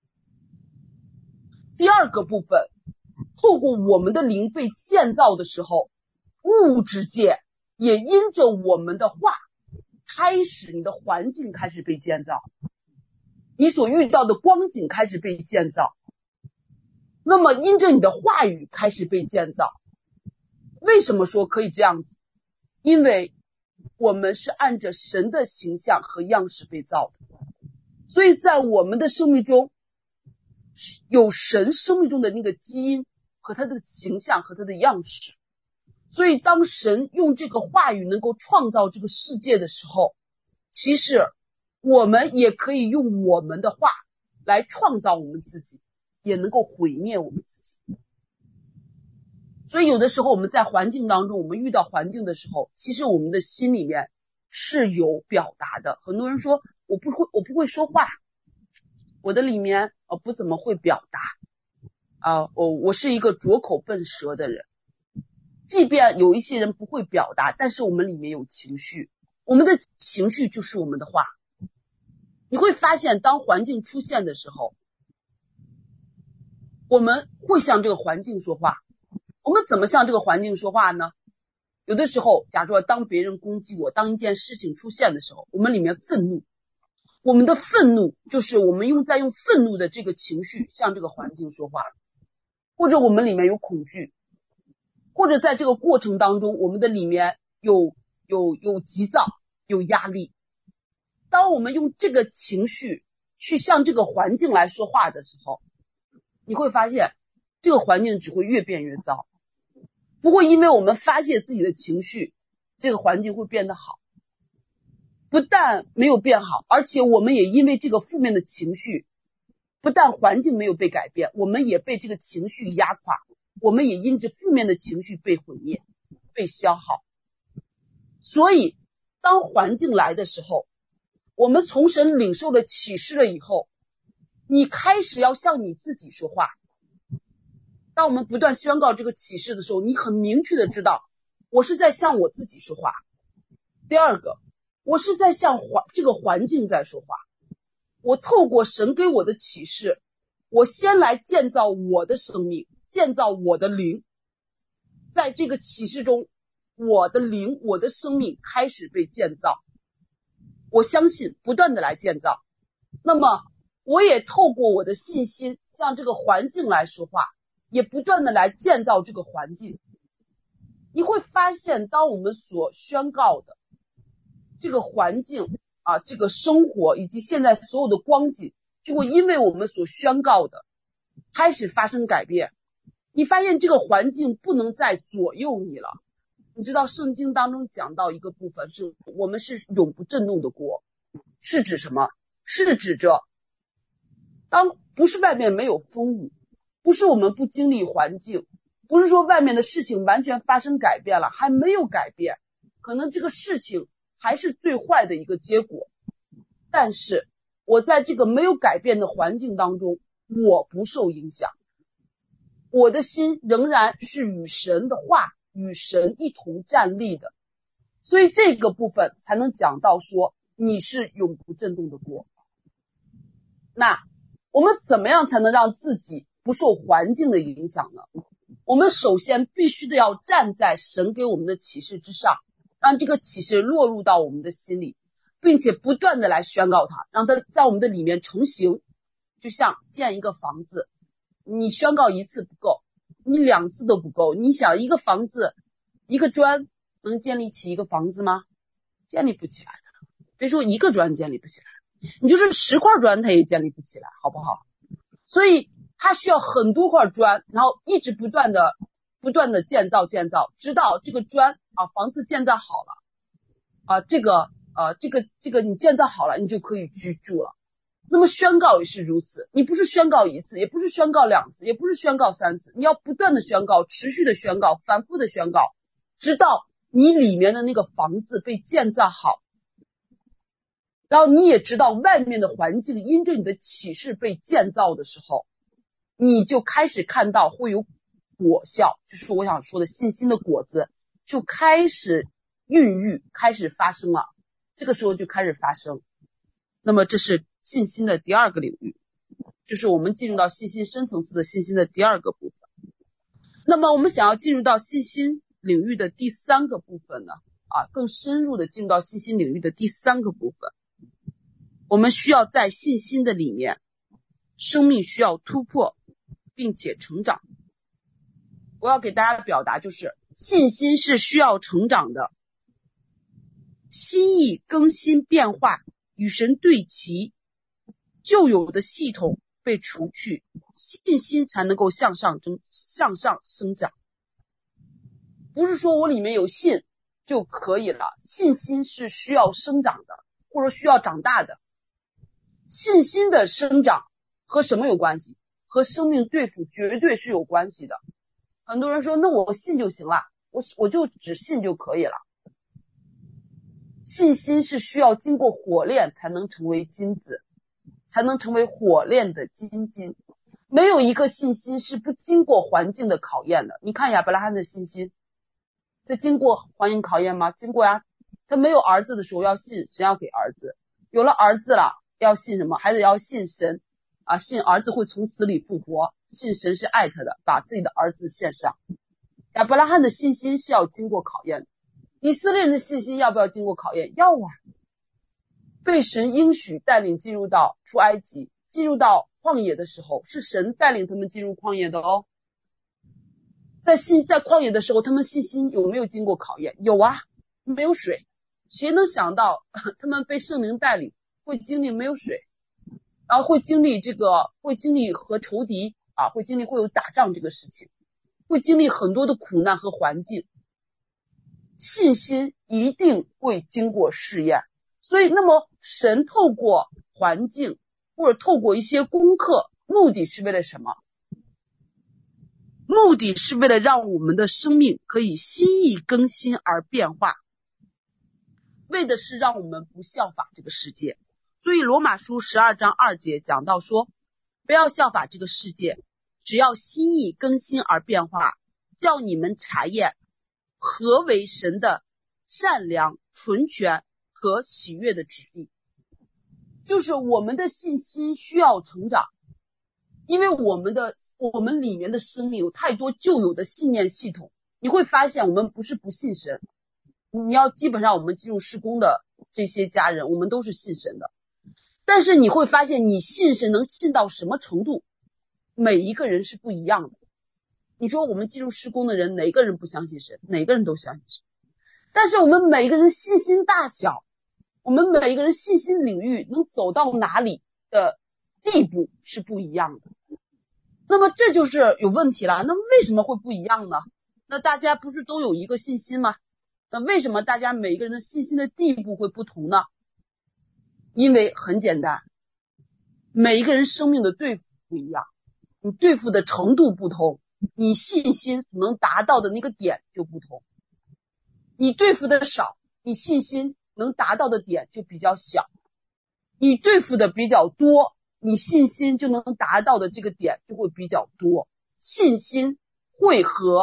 第二个部分，透过我们的灵被建造的时候，物质界也因着我们的话开始，你的环境开始被建造，你所遇到的光景开始被建造，那么因着你的话语开始被建造。为什么说可以这样子？因为我们是按着神的形象和样式被造的，所以在我们的生命中有神生命中的那个基因和他的形象和他的样式。所以当神用这个话语能够创造这个世界的时候，其实我们也可以用我们的话来创造我们自己，也能够毁灭我们自己。所以有的时候我们在环境当中，我们遇到环境的时候，其实我们的心里面是有表达的。很多人说我不会说话，我的里面不怎么会表达我是一个拙口笨舌的人。即便有一些人不会表达，但是我们里面有情绪，我们的情绪就是我们的话。你会发现当环境出现的时候，我们会向这个环境说话。我们怎么向这个环境说话呢？有的时候假如说当别人攻击我，当一件事情出现的时候，我们里面愤怒，我们的愤怒就是我们用愤怒的这个情绪向这个环境说话，或者我们里面有恐惧，或者在这个过程当中我们的里面有急躁，有压力。当我们用这个情绪去向这个环境来说话的时候，你会发现这个环境只会越变越糟，不会因为我们发泄自己的情绪，这个环境会变得好。不但没有变好，而且我们也因为这个负面的情绪，不但环境没有被改变，我们也被这个情绪压垮，我们也因着负面的情绪被毁灭，被消耗。所以当环境来的时候，我们从神领受了启示了以后，你开始要向你自己说话。当我们不断宣告这个启示的时候，你很明确的知道我是在向我自己说话。第二个，我是在向这个环境在说话。我透过神给我的启示，我先来建造我的生命，建造我的灵。在这个启示中，我的灵，我的生命开始被建造。我相信不断的来建造。那么我也透过我的信心向这个环境来说话，也不断的来建造这个环境。你会发现当我们所宣告的这个环境这个生活以及现在所有的光景，就会因为我们所宣告的开始发生改变。你发现这个环境不能再左右你了。你知道圣经当中讲到一个部分，是我们是永不震动的国，是指什么？是指着当不是外面没有风雨，不是我们不经历环境，不是说外面的事情完全发生改变了，还没有改变，可能这个事情还是最坏的一个结果，但是我在这个没有改变的环境当中，我不受影响，我的心仍然是与神的话与神一同站立的。所以这个部分才能讲到说你是永不震动的国。那我们怎么样才能让自己不受环境的影响呢？我们首先必须的要站在神给我们的启示之上，让这个启示落入到我们的心里，并且不断的来宣告它，让它在我们的里面成型。就像建一个房子，你宣告一次不够，你2次都不够。你想一个房子，一个砖能建立起一个房子吗？建立不起来的。别说一个砖建立不起来，你就是10块砖它也建立不起来，好不好？所以它需要很多块砖，然后一直不断的建造，直到这个砖房子建造好了这个你建造好了，你就可以居住了。那么宣告也是如此，你不是宣告1次，也不是宣告2次，也不是宣告3次，你要不断的宣告，持续的宣告，反复的宣告，直到你里面的那个房子被建造好，然后你也知道外面的环境因着你的启示被建造的时候，你就开始看到会有果效，就是我想说的信心的果子就开始孕育，开始发生了，这个时候就开始发生。那么这是信心的第2个领域，就是我们进入到信心深层次的信心的第2个部分。那么我们想要进入到信心领域的第3个部分呢更深入的进入到信心领域的第3个部分，我们需要在信心的里面，生命需要突破并且成长。我要给大家表达就是信心是需要成长的，心意更新变化，与神对齐，旧有的系统被除去，信心才能够向上生长。不是说我里面有信就可以了，信心是需要生长的，或者需要长大的。信心的生长和什么有关系？和生命对付绝对是有关系的。很多人说那我信就行了，我就只信就可以了。信心是需要经过火炼才能成为金子，才能成为火炼的金。没有一个信心是不经过环境的考验的。你看亚伯拉罕的信心，他经过环境考验吗？经过呀。他没有儿子的时候要信神要给儿子，有了儿子了要信什么？还得要信神信儿子会从死里复活，信神是爱他的，把自己的儿子献上。亚伯拉罕的信心是要经过考验的。以色列人的信心要不要经过考验？要啊。被神应许带领进入到出埃及，进入到旷野的时候，是神带领他们进入旷野的哦。在旷野的时候，他们信心有没有经过考验？有啊。没有水，谁能想到他们被圣灵带领会经历没有水，然后会经历和仇敌会经历会有打仗这个事情，会经历很多的苦难和环境。信心一定会经过试验，所以那么神透过环境或者透过一些功课，目的是为了什么？目的是为了让我们的生命可以心意更新而变化，为的是让我们不效法这个世界。所以罗马书12章2节讲到说，不要效法这个世界，只要心意更新而变化，叫你们查验何为神的善良、纯全和喜悦的旨意。就是我们的信心需要成长，因为我们里面的生命有太多旧有的信念系统。你会发现我们不是不信神，基本上我们进入事工的这些家人，我们都是信神的。但是你会发现你信神能信到什么程度，每一个人是不一样的。你说我们进入事工的人，哪个人不相信神？哪个人都相信神。但是我们每个人信心大小，我们每一个人信心领域能走到哪里的地步是不一样的。那么这就是有问题了。那么为什么会不一样呢？那大家不是都有一个信心吗？那为什么大家每一个人的信心的地步会不同呢？因为很简单，每一个人生命的对付不一样，你对付的程度不同，你信心能达到的那个点就不同。你对付的少，你信心能达到的点就比较小。你对付的比较多，你信心就能达到的这个点就会比较多。信心会和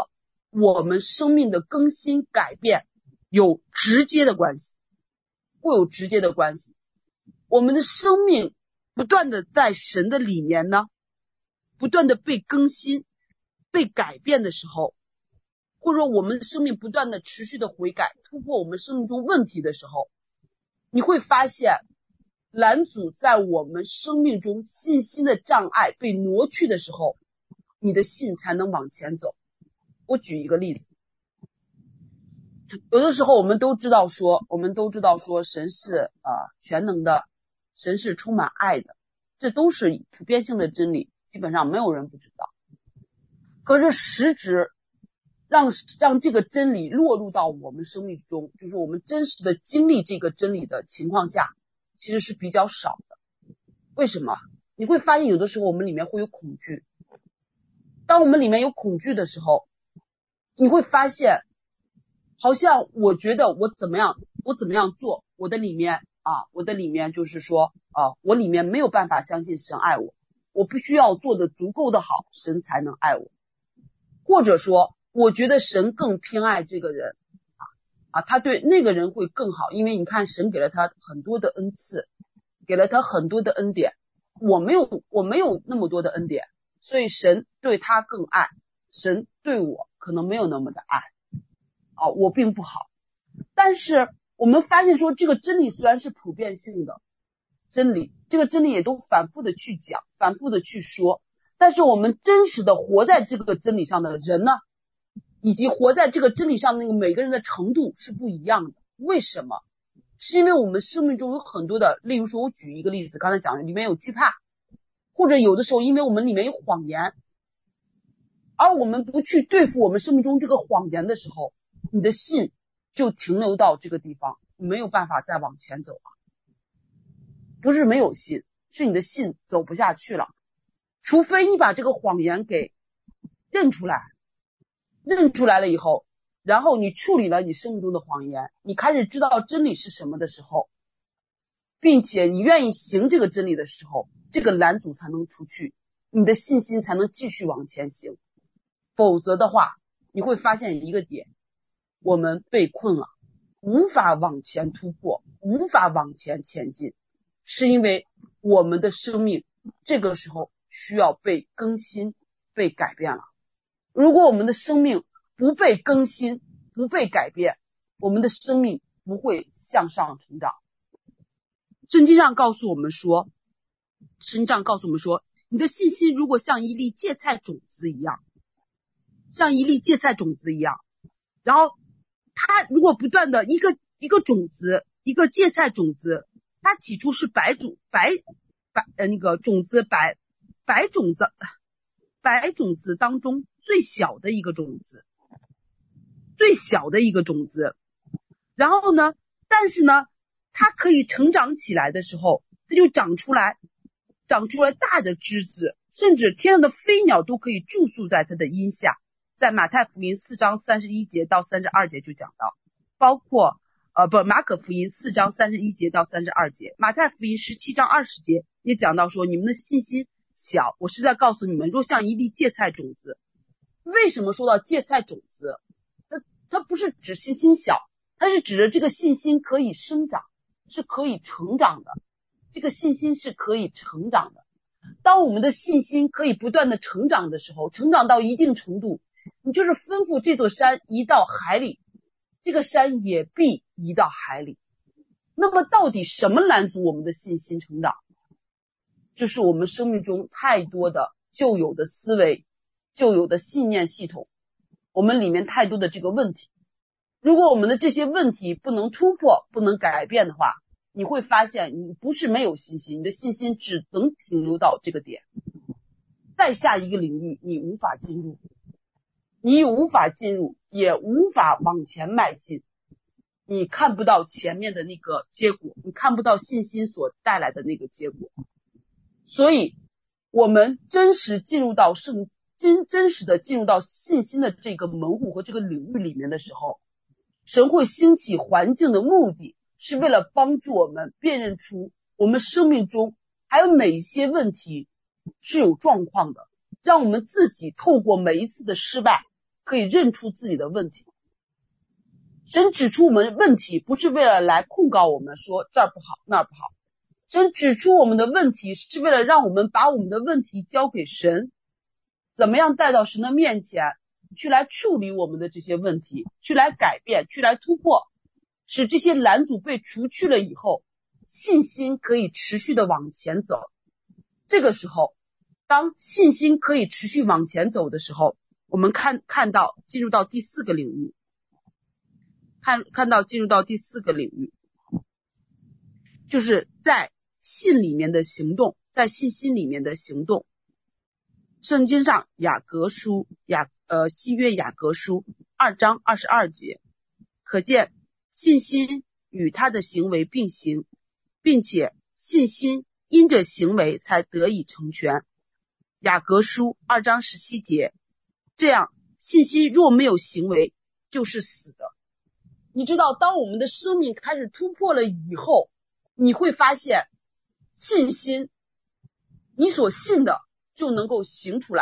我们生命的更新改变有直接的关系，会有直接的关系。我们的生命不断的在神的里面呢，不断的被更新被改变的时候，或者说我们生命不断的持续的悔改，突破我们生命中问题的时候，你会发现拦阻在我们生命中信心的障碍被挪去的时候，你的信才能往前走。我举一个例子，有的时候我们都知道说神是全能的，神是充满爱的，这都是普遍性的真理，基本上没有人不知道。可是实质让这个真理落入到我们生命中，就是我们真实的经历这个真理的情况下，其实是比较少的。为什么？你会发现有的时候我们里面会有恐惧，当我们里面有恐惧的时候，你会发现好像我觉得我怎么样做，我的里面就是说我里面没有办法相信神爱我，我必须要做的足够的好，神才能爱我。或者说我觉得神更偏爱这个人他对那个人会更好，因为你看神给了他很多的恩赐，给了他很多的恩典，我没有那么多的恩典，所以神对他更爱，神对我可能没有那么的爱我并不好。但是我们发现说这个真理虽然是普遍性的真理，这个真理也都反复的去讲，反复的去说，但是我们真实的活在这个真理上的人呢，以及活在这个真理上那个每个人的程度是不一样的。为什么？是因为我们生命中有很多的，例如说我举一个例子，刚才讲的里面有惧怕，或者有的时候因为我们里面有谎言，而我们不去对付我们生命中这个谎言的时候，你的信就停留到这个地方，没有办法再往前走了。不是没有信，是你的信走不下去了，除非你把这个谎言给认出来了以后，然后你处理了你生命中的谎言，你开始知道真理是什么的时候，并且你愿意行这个真理的时候，这个拦阻才能出去，你的信心才能继续往前行。否则的话，你会发现一个点，我们被困了，无法往前突破，无法往前前进，是因为我们的生命这个时候需要被更新被改变了。如果我们的生命不被更新不被改变，我们的生命不会向上成长。圣经上告诉我们说，你的信心如果像一粒芥菜种子一样，然后它如果不断的一个种子，一个芥菜种子，它起初是白种子当中最小的一个种子，然后呢，但是呢，它可以成长起来的时候，它就长出来大的枝子，甚至天上的飞鸟都可以住宿在它的荫下。在马太福音4章31节到32节就讲到，包括马可福音4章31节到32节，马太福音17章20节也讲到说，你们的信心小，我是在告诉你们，若像一粒芥菜种子。为什么说到芥菜种子？它不是指信心小，它是指着这个信心可以生长，是可以成长的。这个信心是可以成长的。当我们的信心可以不断的成长的时候，成长到一定程度，你就是吩咐这座山移到海里，这个山也必移到海里。那么到底什么拦阻我们的信心成长？就是我们生命中太多的旧有的思维，旧有的信念系统，我们里面太多的这个问题。如果我们的这些问题不能突破，不能改变的话，你会发现你不是没有信心，你的信心只能停留到这个点，再下一个领域你无法进入，也无法往前迈进，你看不到前面的那个结果，你看不到信心所带来的那个结果。所以我们真实的进入到信心的这个门户和这个领域里面的时候，神会兴起环境的目的是为了帮助我们辨认出我们生命中还有哪些问题是有状况的，让我们自己透过每一次的失败可以认出自己的问题。神指出我们问题，不是为了来控告我们说这儿不好那儿不好，神指出我们的问题是为了让我们把我们的问题交给神，怎么样带到神的面前去来处理我们的这些问题，去来改变，去来突破，使这些拦阻被除去了以后，信心可以持续的往前走。这个时候，当信心可以持续往前走的时候，我们看到进入到第四个领域，看到进入到第四个领域，就是在信里面的行动，在信心里面的行动。圣经上新约雅各书2章22节，可见信心与他的行为并行，并且信心因着行为才得以成全。雅各书2章17节，这样信心若没有行为就是死的。你知道，当我们的生命开始突破了以后，你会发现信心，你所信的就能够行出来，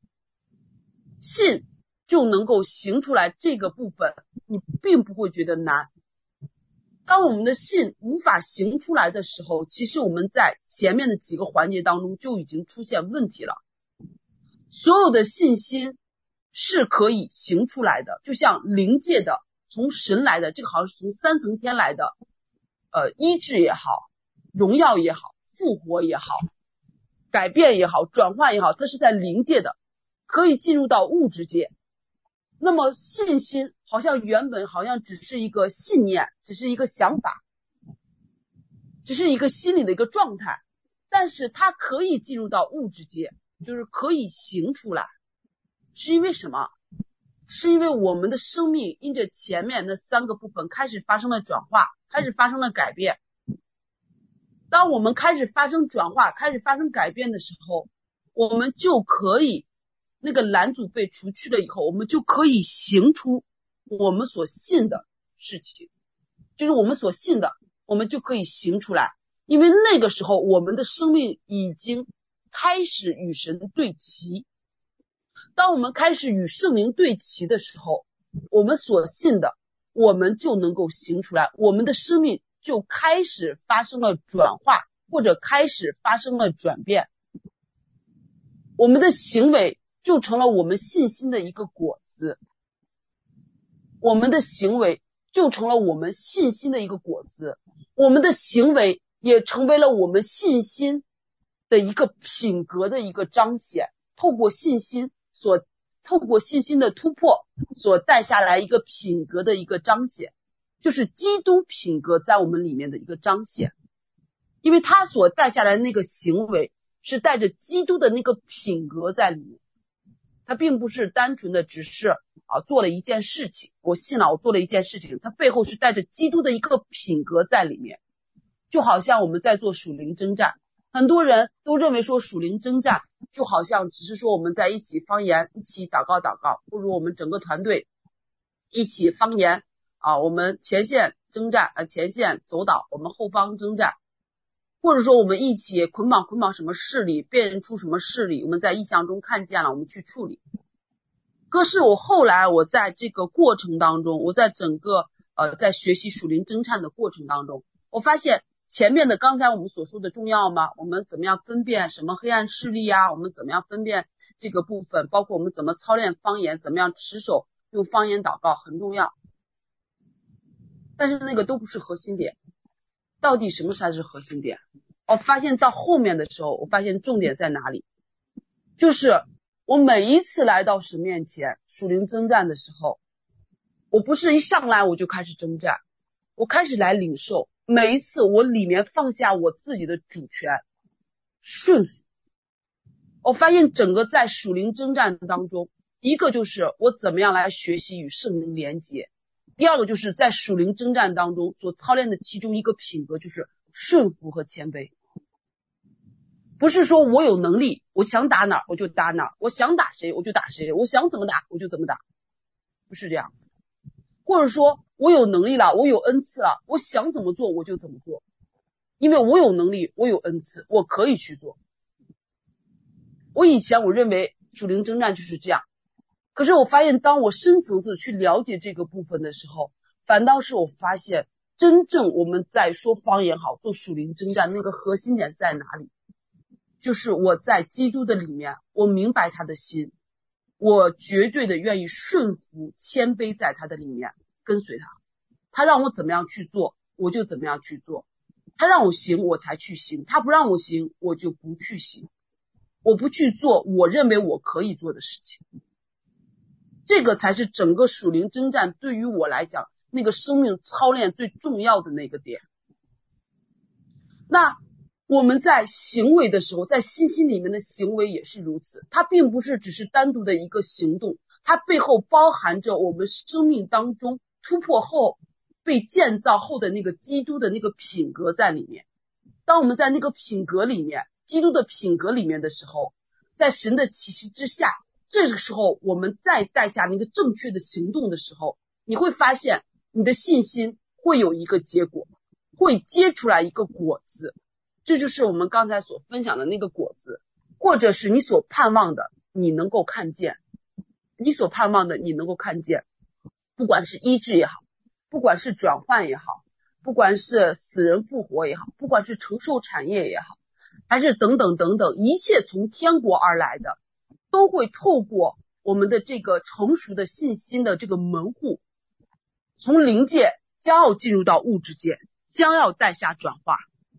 信就能够行出来，这个部分你并不会觉得难。当我们的信无法行出来的时候，其实我们在前面的几个环节当中就已经出现问题了。所有的信心是可以行出来的，就像灵界的从神来的，这个好像是从3层天来的医治也好，荣耀也好，复活也好，改变也好，转换也好，它是在灵界的，可以进入到物质界。那么信心好像原本好像只是一个信念，只是一个想法，只是一个心理的一个状态，但是它可以进入到物质界，就是可以行出来。是因为什么？是因为我们的生命因着前面那3个部分开始发生了转化，开始发生了改变。当我们开始发生转化，开始发生改变的时候，我们就可以，那个拦阻被除去了以后，我们就可以行出我们所信的事情，就是我们所信的，我们就可以行出来。因为那个时候我们的生命已经开始与神对齐。当我们开始与圣灵对齐的时候，我们所信的我们就能够行出来，我们的生命就开始发生了转化，或者开始发生了转变，我们的行为就成了我们信心的一个果子，我们的行为就成了我们信心的一个果子，我们的行为也成为了我们信心的一个品格的一个彰显，透过信心的突破所带下来一个品格的一个彰显，就是基督品格在我们里面的一个彰显。因为他所带下来那个行为是带着基督的那个品格在里面，他并不是单纯的只是做了一件事情，我信了我做了一件事情，他背后是带着基督的一个品格在里面。就好像我们在做属灵征战，很多人都认为说属灵征战就好像只是说我们在一起方言，一起祷告，不如我们整个团队一起方言我们前线征战前线走导，我们后方征战，或者说我们一起捆绑什么势力，辨认出什么势力，我们在异象中看见了，我们去处理。可是后来我在这个过程当中，我在整个在学习属灵征战的过程当中，我发现前面的刚才我们所说的重要吗？我们怎么样分辨什么黑暗势力啊？我们怎么样分辨这个部分，包括我们怎么操练方言，怎么样持守用方言祷告很重要。但是那个都不是核心点。到底什么才是核心点？我发现到后面的时候，我发现重点在哪里？就是我每一次来到神面前属灵征战的时候，我不是一上来我就开始征战，我开始来领受，每一次我里面放下我自己的主权，顺服。我发现整个在属灵征战当中，一个就是我怎么样来学习与圣灵连结，第二个就是在属灵征战当中所操练的其中一个品格就是顺服和谦卑。不是说我有能力，我想打哪儿我就打哪儿，我想打谁我就打谁，我想怎么打我就怎么打，不是这样子。或者说我有能力了，我有恩赐了，我想怎么做我就怎么做，因为我有能力，我有恩赐，我可以去做。我以前我认为属灵征战就是这样， 可是我发现当我深层次去了解这个部分的时候，反倒是我发现真正我们在说方言好，做属灵征战，那个核心点在哪里？就是我在基督的里面，我明白他的心，我绝对的愿意顺服谦卑在他的里面，跟随他。他让我怎么样去做，我就怎么样去做。他让我行，我才去行。他不让我行，我就不去行。我不去做我认为我可以做的事情。这个才是整个属灵征战对于我来讲，那个生命操练最重要的那个点。那我们在行为的时候，在信心里面的行为也是如此，它并不是只是单独的一个行动，它背后包含着我们生命当中突破后被建造后的那个基督的那个品格在里面。当我们在那个品格里面，基督的品格里面的时候，在神的启示之下，这个时候我们再带下那个正确的行动的时候，你会发现你的信心会有一个结果，会结出来一个果子。这就是我们刚才所分享的那个果子，或者是你所盼望的你能够看见，你所盼望的你能够看见，不管是医治也好，不管是转换也好，不管是死人复活也好，不管是承受产业也好，还是等等等等，一切从天国而来的，都会透过我们的这个成熟的信心的这个门户，从灵界将要进入到物质界，将要带下转化。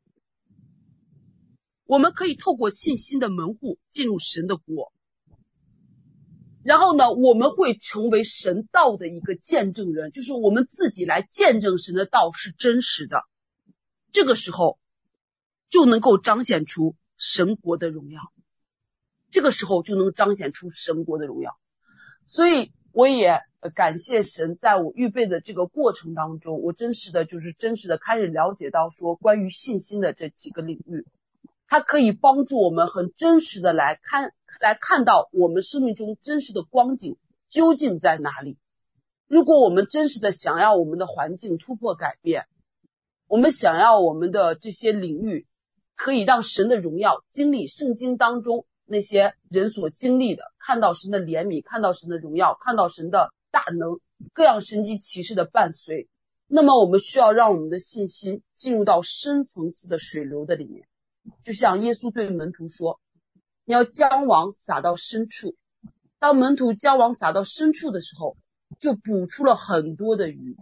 我们可以透过信心的门户进入神的国，然后呢，我们会成为神道的一个见证人，就是我们自己来见证神的道是真实的。这个时候就能够彰显出神国的荣耀，这个时候就能彰显出神国的荣耀。所以我也感谢神，在我预备的这个过程当中，我真实的开始了解到说关于信心的这几个领域，它可以帮助我们很真实的来看到我们生命中真实的光景究竟在哪里。如果我们真实的想要我们的环境突破改变，我们想要我们的这些领域可以让神的荣耀经历圣经当中那些人所经历的，看到神的怜悯，看到神的荣耀，看到神的大能，各样神迹奇事的伴随，那么我们需要让我们的信心进入到深层次的水流的里面。就像耶稣对门徒说，你要将网撒到深处。当门徒将网撒到深处的时候，就捕出了很多的鱼，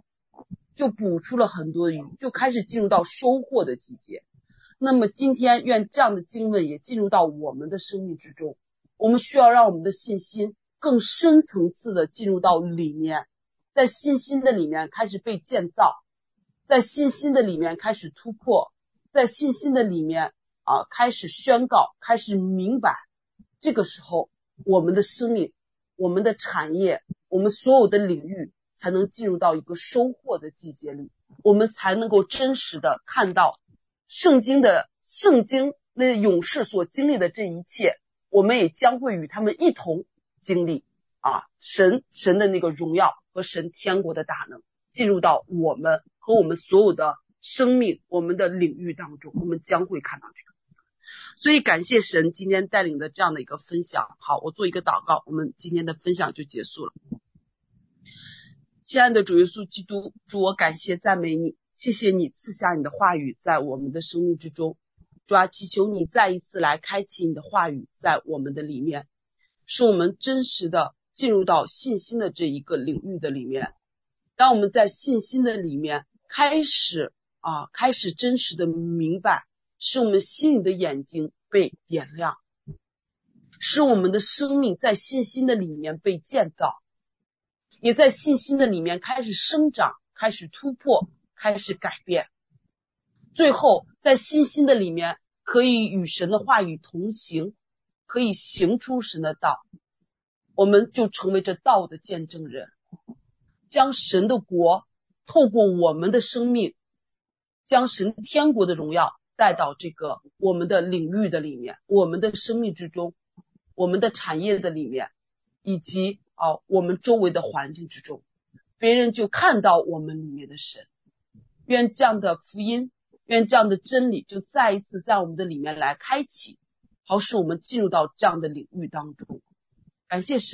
就开始进入到收获的季节。那么今天愿这样的经文也进入到我们的生命之中，我们需要让我们的信心更深层次的进入到里面，在信心的里面开始被建造，在信心的里面开始突破，在信心的里面开始宣告，开始明白。这个时候我们的生命，我们的产业，我们所有的领域才能进入到一个收获的季节里，我们才能够真实的看到圣经那勇士所经历的这一切，我们也将会与他们一同经历神的那个荣耀和神天国的大能进入到我们和我们所有的生命，我们的领域当中，我们将会看到这个。所以感谢神今天带领的这样的一个分享。好，我做一个祷告，我们今天的分享就结束了。亲爱的主耶稣基督，主，我感谢赞美你，谢谢你赐下你的话语在我们的生命之中。主啊，祈求你再一次来开启你的话语在我们的里面，使我们真实的进入到信心的这一个领域的里面。当我们在信心的里面开始真实的明白，使我们心里的眼睛被点亮，使我们的生命在信心的里面被建造，也在信心的里面开始生长，开始突破，开始改变，最后在信心的里面可以与神的话语同行，可以行出神的道，我们就成为这道的见证人，将神的国透过我们的生命，将神天国的荣耀带到这个我们的领域的里面，我们的生命之中，我们的产业的里面，以及我们周围的环境之中，别人就看到我们里面的神。愿这样的福音，愿这样的真理就再一次在我们的里面来开启，好使我们进入到这样的领域当中。感谢神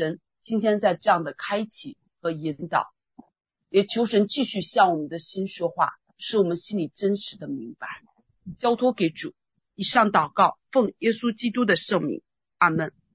今天在这样的开启和引导，也求神继续向我们的心说话，使我们心里真实的明白，交托给主。以上祷告奉耶稣基督的圣名，阿们。